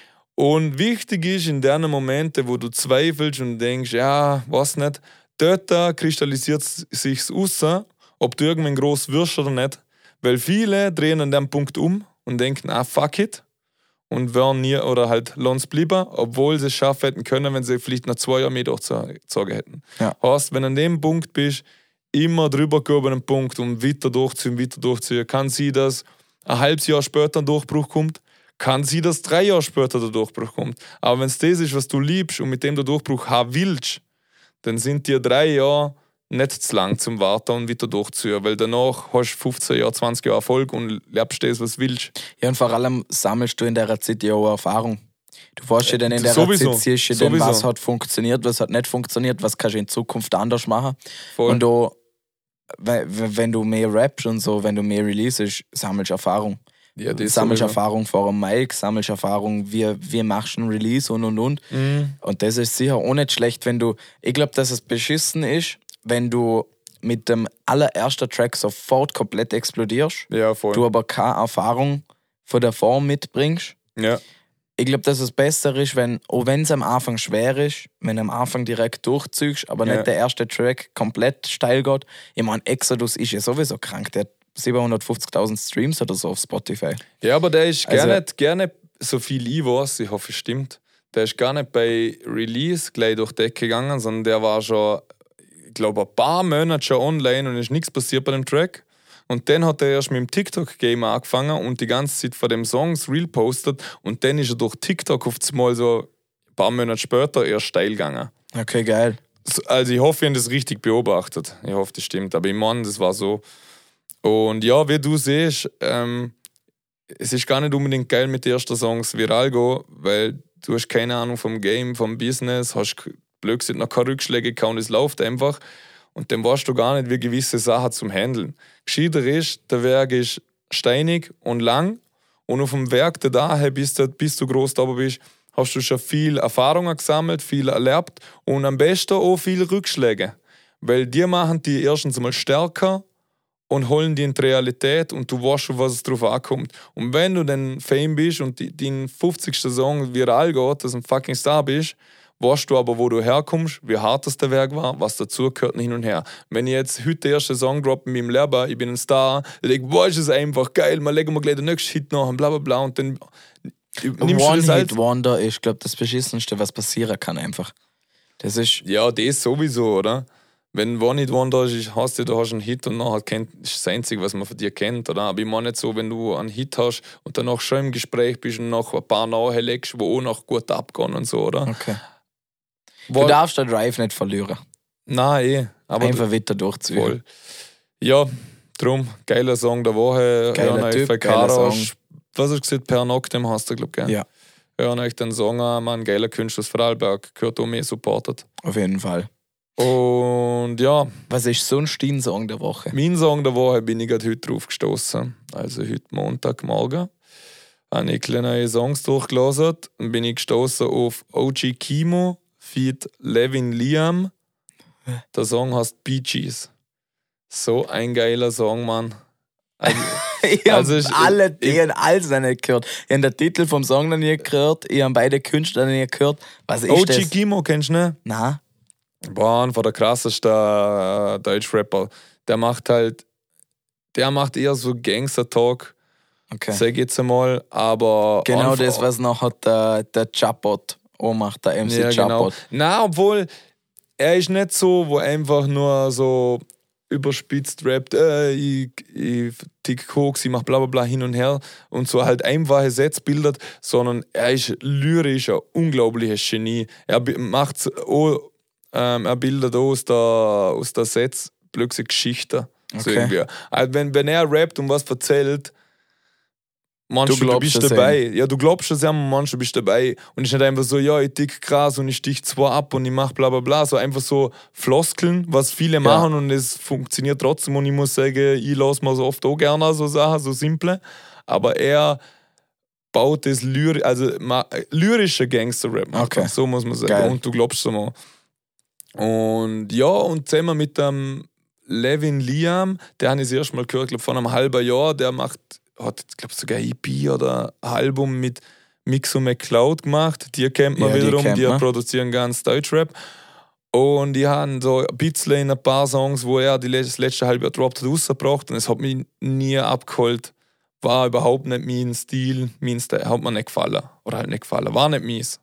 Und wichtig ist in den Momenten, wo du zweifelst und denkst, ja, was nicht, dort kristallisiert sich's raus, ob du irgendwann groß wirst oder nicht. Weil viele drehen an dem Punkt um und denken, fuck it. Und wären nie oder halt lassen bleiben, obwohl sie es schaffen hätten können, wenn sie vielleicht nach 2 Jahren mehr durchgezogen hätten. Ja. Heißt, wenn du an dem Punkt bist, immer drüber gehen über den Punkt und weiter durchziehen, kann sie, dass ein halbes Jahr später ein Durchbruch kommt, kann sie, dass 3 Jahre später der Durchbruch kommt. Aber wenn es das ist, was du liebst und mit dem du Durchbruch haben willst, dann sind dir 3 Jahre nicht zu lang zum Warten und wieder durchzuziehen, weil danach hast du 15 Jahre, 20 Jahre Erfolg und lebst das, was du willst. Ja, und vor allem sammelst du in der Zeit ja auch Erfahrung. Du weißt ja dann in der Sowieso. Zeit, siehst du dann, Sowieso. was hat funktioniert, was hat nicht funktioniert, was kannst du in Zukunft anders machen. Voll. Und auch, wenn du mehr rappst und so, wenn du mehr releasest, sammelst du Erfahrung. Ja, das Sammelst sowieso. Erfahrung vor einem Mic, sammelst Erfahrung, wie machst du einen Release und. Mhm. Und das ist sicher auch nicht schlecht, wenn du, ich glaube, dass es beschissen ist, wenn du mit dem allerersten Track sofort komplett explodierst, Ja, voll. du aber keine Erfahrung von der Form mitbringst. Ja. Ich glaube, dass es besser ist, auch wenn es am Anfang schwer ist, wenn du am Anfang direkt durchziehst, aber Ja. nicht der erste Track komplett steil geht. Ich meine, Exodus ist ja sowieso krank, der hat 750.000 Streams oder so auf Spotify. Ja, aber der ist Also- gar nicht so viel ich weiß, ich hoffe, es stimmt. Der ist gar nicht bei Release gleich durch die Decke gegangen, sondern der war schon, ich glaube, ein paar Monate schon online und ist nichts passiert bei dem Track. Und dann hat er erst mit dem TikTok-Game angefangen und die ganze Zeit von dem Songs Reel postet. Und dann ist er durch TikTok auf einmal so ein paar Monate später erst steil gegangen. Okay, geil. Also ich hoffe, ihr habt das richtig beobachtet. Ich hoffe, das stimmt. Aber ich meine, das war so. Und ja, wie du siehst, es ist gar nicht unbedingt geil, mit den ersten Songs viral gehen, weil du hast keine Ahnung vom Game, vom Business, hast blöd gesagt noch keine Rückschläge gehabt und es läuft einfach. Und dann weißt du gar nicht, wie gewisse Sachen zum Handeln. Gescheiter ist, der Weg ist steinig und lang und auf dem Weg daher, bis du groß da bist, hast du schon viel Erfahrungen gesammelt, viel erlebt und am besten auch viele Rückschläge. Weil die machen die erstens mal stärker und holen die in die Realität und du weißt schon, was es drauf ankommt. Und wenn du dann Fame bist und dein 50. Song viral geht, dass du ein fucking Star bist, weißt du aber, wo du herkommst, wie hart das der Weg war, was dazu gehört, hin und her. Wenn ich jetzt heute den ersten Song droppe mit meinem Lehrer, ich bin ein Star, dann denke ich, boah, ist das einfach geil, mal legen wir gleich den nächsten Hit nach und bla bla bla und dann nimmst du das als... One-Hit-Wonder ist, glaube ich, das Beschissenste, was passieren kann einfach. Das ist... Ja, das sowieso, oder? Wenn One-Hit-Wonder ist, hast du hast einen Hit und nachher ist das Einzige, was man von dir kennt, oder? Aber ich meine nicht so, wenn du einen Hit hast und danach schon im Gespräch bist und noch ein paar nachher legst, die auch noch gut abgehen und so, oder? Okay. Du darfst den Drive nicht verlieren. Nein, aber einfach weiter durchzuführen. Voll. Ja, drum, geiler Song der Woche. Geiler Typ, geiler Song. Was hast du gesagt? Per Noctem hast du, glaube ich, gell? Ja. Hören euch den Song an, Mann, geiler Künstler aus Vorarlberg, gehört auch mehr supportet. Auf jeden Fall. Und ja. Was ist sonst dein Song der Woche? Mein Song der Woche bin ich gerade heute drauf gestoßen. Also heute Montagmorgen. Habe ich neue Songs durchgelassen und bin ich gestoßen auf OG Kimo feat. Levin Liam. Der Song heißt Bee Gees. So ein geiler Song, Mann. Ich habe alle alles nicht gehört. Ich habe den Titel vom Song noch nie gehört. Ich habe beide Künstler noch nie gehört. Was ist das? OG Kimo, kennst du nicht? Nein. Boah, einer der krassesten Deutsch-Rapper. Der macht eher so Gangster-Talk. Okay. Sag ich jetzt einmal, aber... Genau das, was nachher der Chabot auch macht, der MC ja, Chabot. Genau. Nein, obwohl, er ist nicht so, wo einfach nur so überspitzt rappt, ich tick Koks, ich mach bla bla bla hin und her und so halt einfache Sätze bildet, sondern er ist lyrisch ein unglaubliches Genie. Er macht er bildet auch aus der Sätze plötzlich Geschichten. Okay. So irgendwie. Also wenn er rappt und was erzählt, du bist dabei. Ja, du glaubst es ja, manchmal bist du dabei. Und es ist nicht einfach so, ja, ich tick Gras und ich stich zwei ab und ich mach bla bla bla. So einfach so Floskeln, was viele machen und es funktioniert trotzdem. Und ich muss sagen, ich lasse mir so oft auch gerne so Sachen, so simple. Aber er baut das lyrische Gangster-Rap. Okay. So muss man sagen. Geil. Und du glaubst es mal. Und ja, und zusammen mit dem Levin Liam, der habe ich das erste Mal gehört, glaube vor einem halben Jahr, der hat, glaube sogar ein EP oder ein Album mit Mixo McCloud gemacht. Die kennt man wiederum, die produzieren ganz Deutschrap. Und die haben so ein bisschen in ein paar Songs, wo er das letzte halbe Jahr droppt hat, rausgebracht. Und es hat mich nie abgeholt. War überhaupt nicht mein Stil. Hat mir nicht gefallen. Oder halt nicht gefallen. War nicht mies.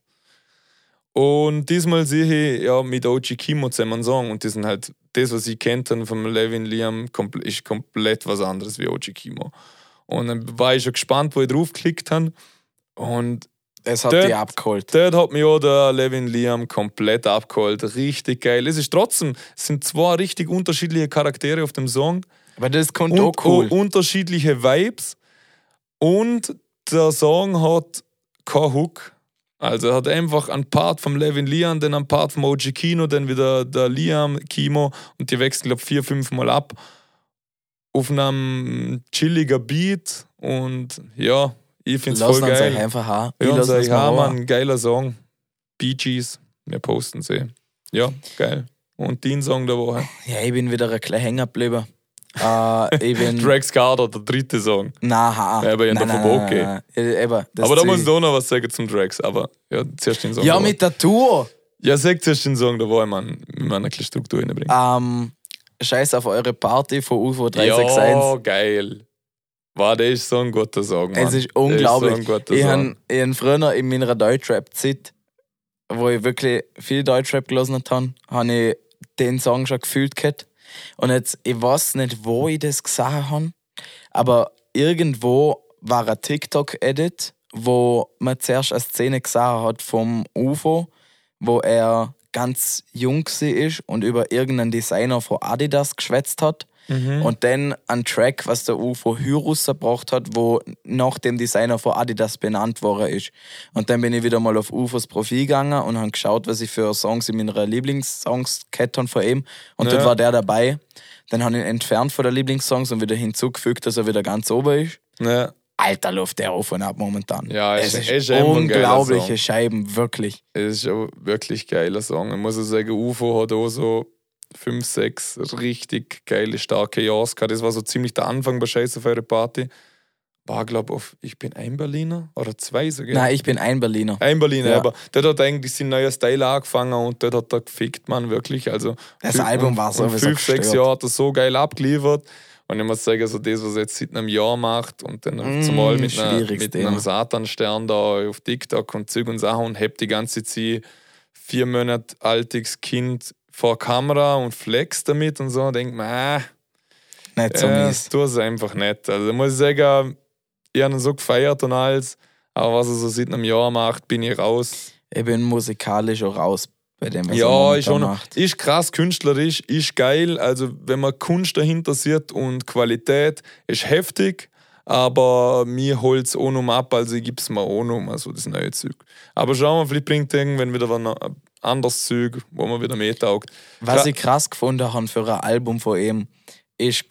Und diesmal sehe ich ja mit OG Kimo zusammen einen Song. Und das sind halt, das, was ich kennt von Levin Liam, ist komplett was anderes wie OG Kimo. Und dann war ich schon gespannt, wo ich draufgeklickt habe. Und es hat dich abgeholt. Dort hat mich auch der Levin Liam komplett abgeholt. Richtig geil. Es sind zwei richtig unterschiedliche Charaktere auf dem Song. Aber das kommt auch cool. Unterschiedliche Vibes. Und der Song hat keinen Hook. Also er hat einfach einen Part vom Levin Liam, dann einen Part vom OG Kimo, dann wieder der Liam Kimo. Und die wechseln, glaube ich, 4-5 Mal ab. Auf einem chilligen Beat und ja, ich finde es voll geil. Lass uns einfach haben. Ein geiler Song. Bee Gees, wir posten sie. Ja, geil. Und dein Song der Woche? Ja, ich bin wieder ein bisschen hängen geblieben. Drax Carter, der dritte Song. Nein, aber ich habe Verbot gegeben. Aber da muss ich auch noch was sagen zum Drax. Aber ja, zuerst den Song. Ja, mit der Tour. Ja, sag zuerst den Song der Woche, Mann. Wir müssen eine kleine Struktur reinbringen. Scheiß auf eure Party von UFO 361. Ja, geil. War das ist so ein guter Song, Mann. Es ist unglaublich. Ich habe früher in meiner Deutschrap-Zeit, wo ich wirklich viel Deutschrap gelesen habe ich den Song schon gefühlt gehabt. Und jetzt, ich weiß nicht, wo ich das gesehen habe, aber irgendwo war ein TikTok-Edit, wo man zuerst eine Szene gesehen hat vom UFO, wo er ganz jung war und über irgendeinen Designer von Adidas geschwätzt hat. Und dann ein Track, was der UFO Hyrus erbracht hat, wo nach dem Designer von Adidas benannt worden ist. Und dann bin ich wieder mal auf UFOs Profil gegangen und habe geschaut, was ich für Songs in meiner Lieblingssongs gehabt habe von ihm. Und dort war der dabei. Dann habe ich ihn entfernt von der Lieblingssongs und wieder hinzugefügt, dass er wieder ganz oben ist. Ja. Alter, läuft der auf und ab momentan. Ja, es ist einfach ein unglaubliche geiler Song. Scheiben, wirklich. Es ist ein wirklich geiler Song. Ich muss auch sagen, UFO hat auch so 5, 6 richtig geile, starke Jahres gehabt. Das war so ziemlich der Anfang bei Scheiß auf eure Party. War, glaube ich, auf Ich bin ein Berliner oder 2 sogar. Nein, ich bin ein Berliner. Ein Berliner, Ja. aber dort hat eigentlich sein neuer Style angefangen und dort hat er gefickt, man, wirklich. Also, Das Album war so 5, 6 Jahre hat er so geil abgeliefert. Und ich muss sagen, also das, was er jetzt seit einem Jahr macht und dann zumal mit schwieriges einem Thema. Satanstern da auf TikTok und Zeug und Sachen und hebt die ganze Zeit 4 Monate altes Kind vor Kamera und flex damit und so, denkt man, Nicht so mies. tu es einfach nicht. Also da muss ich sagen, ich habe ihn so gefeiert und alles, aber was er so seit einem Jahr macht, bin ich raus. Ich bin musikalisch auch raus bei dem, was er Ja, momentan ist, schon, macht. ist krass künstlerisch, ist geil. Also, wenn man Kunst dahinter sieht und Qualität, ist heftig, aber mir holt es auch noch ab, also ich gebe es mir auch noch, also das neue Zeug. Aber schauen wir, vielleicht bringt irgendwann wieder ein anderes Zeug, wo man wieder mehr taugt. Was ich krass gefunden habe für ein Album von ihm, ist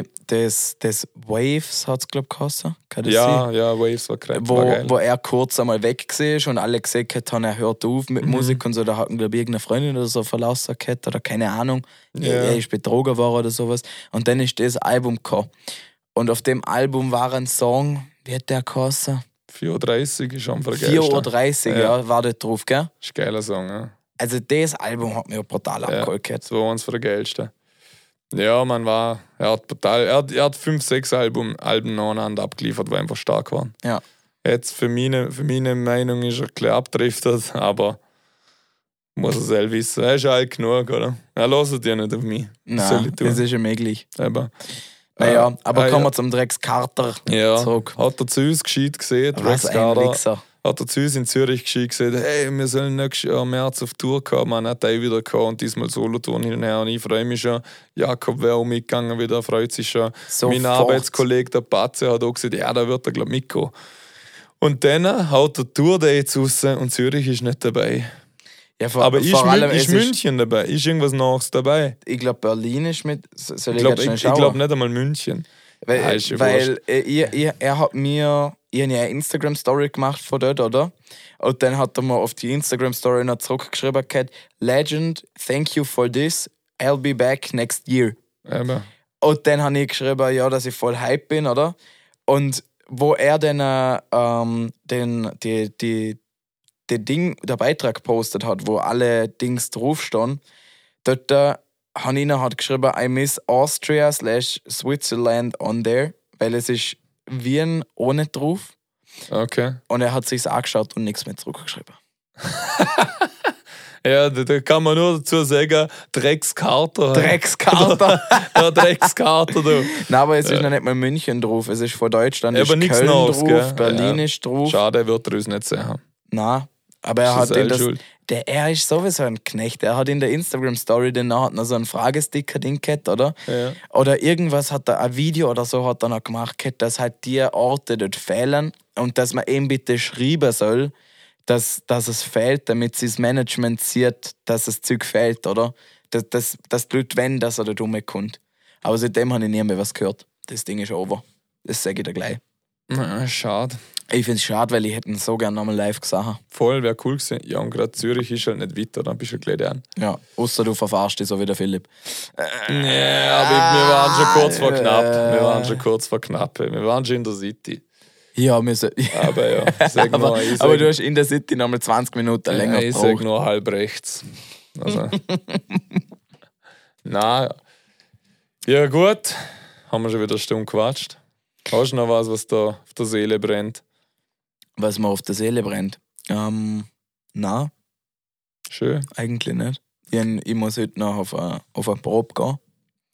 das Waves, hat es glaube ich geheißen. Kann das sein? Ja, Waves war geil. War geil. Wo er kurz einmal weg war und alle gesagt haben, er hört auf mit Musik und so. Da hat ihn, glaube ich, irgendeine Freundin oder so verlassen gehabt oder keine Ahnung. Ja. Er ist betrogen worden oder sowas. Und dann ist das Album gekommen. Und auf dem Album war ein Song, wie hat der geheißen? 4:30 Uhr ist schon für 4:30 Uhr, ja, war das drauf, gell? Ist ein geiler Song, ja. Also das Album hat mir brutal abgeholt. Das war eins der geilsten. Ja, er hat brutal, er hat 5, 6 Alben nacheinander abgeliefert, die einfach stark waren. Ja. Jetzt für meine Meinung ist er ein bisschen abgedriftet, aber muss er selber wissen. Er ist alt genug, oder? Er hört ja nicht auf mich. Was soll ich Nein, tun? das ist ja möglich. Aber, Naja, aber kommen ja. wir zum Drecks Carter Ja, zurück. hat er zu uns gescheit gesehen, Was ein Drex Wichser. hat er zu uns in Zürich gescheit gesagt, hey, wir sollen nächstes Jahr März auf Tour kommen. Man hat auch wieder gehabt und diesmal Solo-Tour hinher. Und ich freue mich schon. Jakob wäre auch mitgegangen wieder, freut sich schon. Sofort. Mein Arbeitskollege, der Patze, hat auch gesagt, ja, da wird er, glaube ich, mitkommen. Und dann haut der Tour-Dates raus und Zürich ist nicht dabei. Ja, Aber vor allem, ist es München dabei? Ist irgendwas Nachs dabei? Ich glaube, Berlin ist mit. Soll Ich ich, jetzt glaube schnell schauen? nicht einmal München. Weil, ist ja weil er hat mir eine Instagram-Story gemacht von dort, oder? Und dann hat er mir auf die Instagram-Story noch zurückgeschrieben, Legend, thank you for this, I'll be back next year. Aber Und dann habe ich geschrieben, ja, dass ich voll hype bin, oder? Und wo er dann den Beitrag gepostet hat, wo alle Dings draufstehen, dort habe ich halt geschrieben, I miss Austria / Switzerland on there, weil es ist Wien ohne drauf. okay. Und er hat sich's angeschaut und nichts mehr zurückgeschrieben. Ja, da kann man nur dazu sagen, Dreckskater. Dreckskater! Ja, Dreckskater, du. Nein, aber es ist noch nicht mal München drauf. Es ist von Deutschland, Ja, ist aber nichts Köln Neues, drauf, gell? Berlin Ja. ist drauf. Schade, wird er uns nicht sehen. Nein, aber er Ist hat das in selber schuld? er ist sowieso ein Knecht. Er hat in der Instagram-Story noch so einen Fragesticker-Ding gehabt, oder? Ja. Oder irgendwas hat er, ein Video oder so hat er noch gemacht gehabt, dass halt die Orte dort fehlen und dass man eben bitte schreiben soll, dass es fehlt, damit das Management sieht, dass das Zeug fehlt, oder? Dass die Leute wollen, dass er da rumkommt. Aber seitdem habe ich nie mehr was gehört. Das Ding ist over. Das sage ich dir gleich. Na, schade. Ich finde es schade, weil ich hätte ihn so gerne nochmal live gesehen. Voll, wäre cool gewesen. Ja, und gerade Zürich ist halt nicht weiter, dann bist du gleich an. Ja, außer du verfahrst dich so wie der Philipp. Ja, aber wir waren schon kurz vor knapp. Wir waren schon in der City. Ja, wir so, Aber ja, sag nur, aber du hast in der City nochmal 20 Minuten länger ich sag gebraucht. nur halb rechts. Also. Na, ja gut. Haben wir schon wieder eine Stunde gequatscht. Hast du noch was da auf der Seele brennt? Was mir auf der Seele brennt. Nein, Schön. eigentlich nicht. Ich muss heute noch auf eine Probe gehen.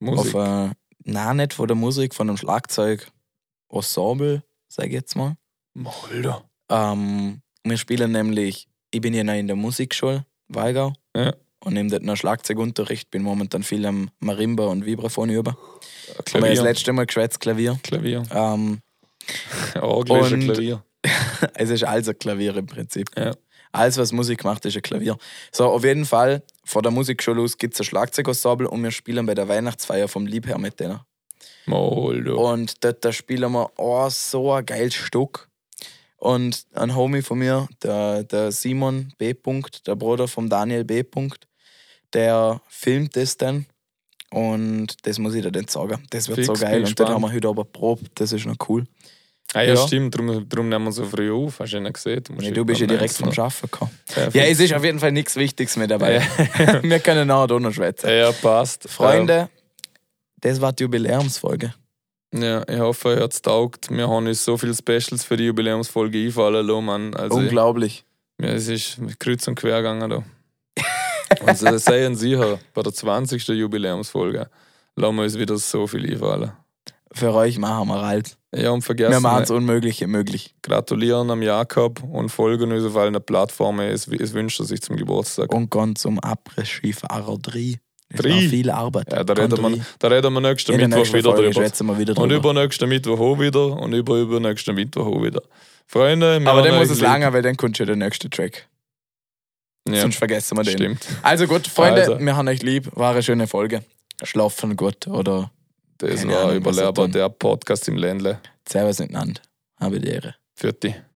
Musik. Nein, nicht von der Musik, von dem Schlagzeug Ensemble, sag ich jetzt mal. Alter. Wir spielen nämlich, ich bin ja noch in der Musikschule, Weigau. Ja. Und nehme dort noch Schlagzeugunterricht, bin momentan viel am Marimba und Vibraphon über. Aber das Klavier. letzte Mal geschwätzt Klavier. Orgel ist ein und- Klavier. Es ist alles ein Klavier im Prinzip. Ja. Alles, was Musik macht, ist ein Klavier. So, auf jeden Fall, von der Musikschule aus gibt es ein Schlagzeugensemble und wir spielen bei der Weihnachtsfeier vom Liebherr mit denen. Alter. Und dort da spielen wir so ein geiles Stück. Und ein Homie von mir, der Simon B. der Bruder von Daniel B. der filmt das dann. Und das muss ich dir dann sagen. Das wird Fix, so bin geil. Und gespannt. dann haben wir heute aber probt. Das ist noch cool. Ah ja, Ja. stimmt, darum nehmen wir so früh auf. Hast du ja nicht gesehen? Nee, du bist ja direkt vom Schaffen. Arbeiten gekommen. Ja, Ja, es ist auf jeden Fall nichts Wichtiges mit dabei. Wir können nachher noch schwätzen. Ja, passt. Freunde, das war die Jubiläumsfolge. Ja, ich hoffe, ihr hat es taugt. Wir haben uns so viele Specials für die Jubiläumsfolge einfallen lassen, Mann. Also, Unglaublich. es ist kreuz und quer gegangen da. Und so seien sicher, bei der 20. Jubiläumsfolge lassen wir uns wieder so viel einfallen. Für euch machen wir halt. Ja, und Wir vergessen machen nicht, das Unmögliche möglich. gratulieren am Jakob und folgen uns auf allen Plattformen. Es wünscht er sich zum Geburtstag. Und gehen zum Abriss-Skifahrer 3. Das 3? war viel Arbeit. Ja, da reden wir nächsten In der Mittwoch nächsten wieder Folge drüber. schwätzen wir wieder Und drüber. übernächsten Mittwoch auch wieder und übernächsten Mittwoch auch wieder. Freunde, wir Aber haben dann muss euch es lieb. lange, weil dann kommt schon der nächste Track. Ja, Sonst vergessen wir den. stimmt. Also gut, Freunde, Also. wir haben euch lieb. War eine schöne Folge. Schlafen gut oder Das Keine war Ahnung, was überlehrbar, er tun. der Podcast im Ländle. Servus miteinander. Habe die Ehre. Für dich.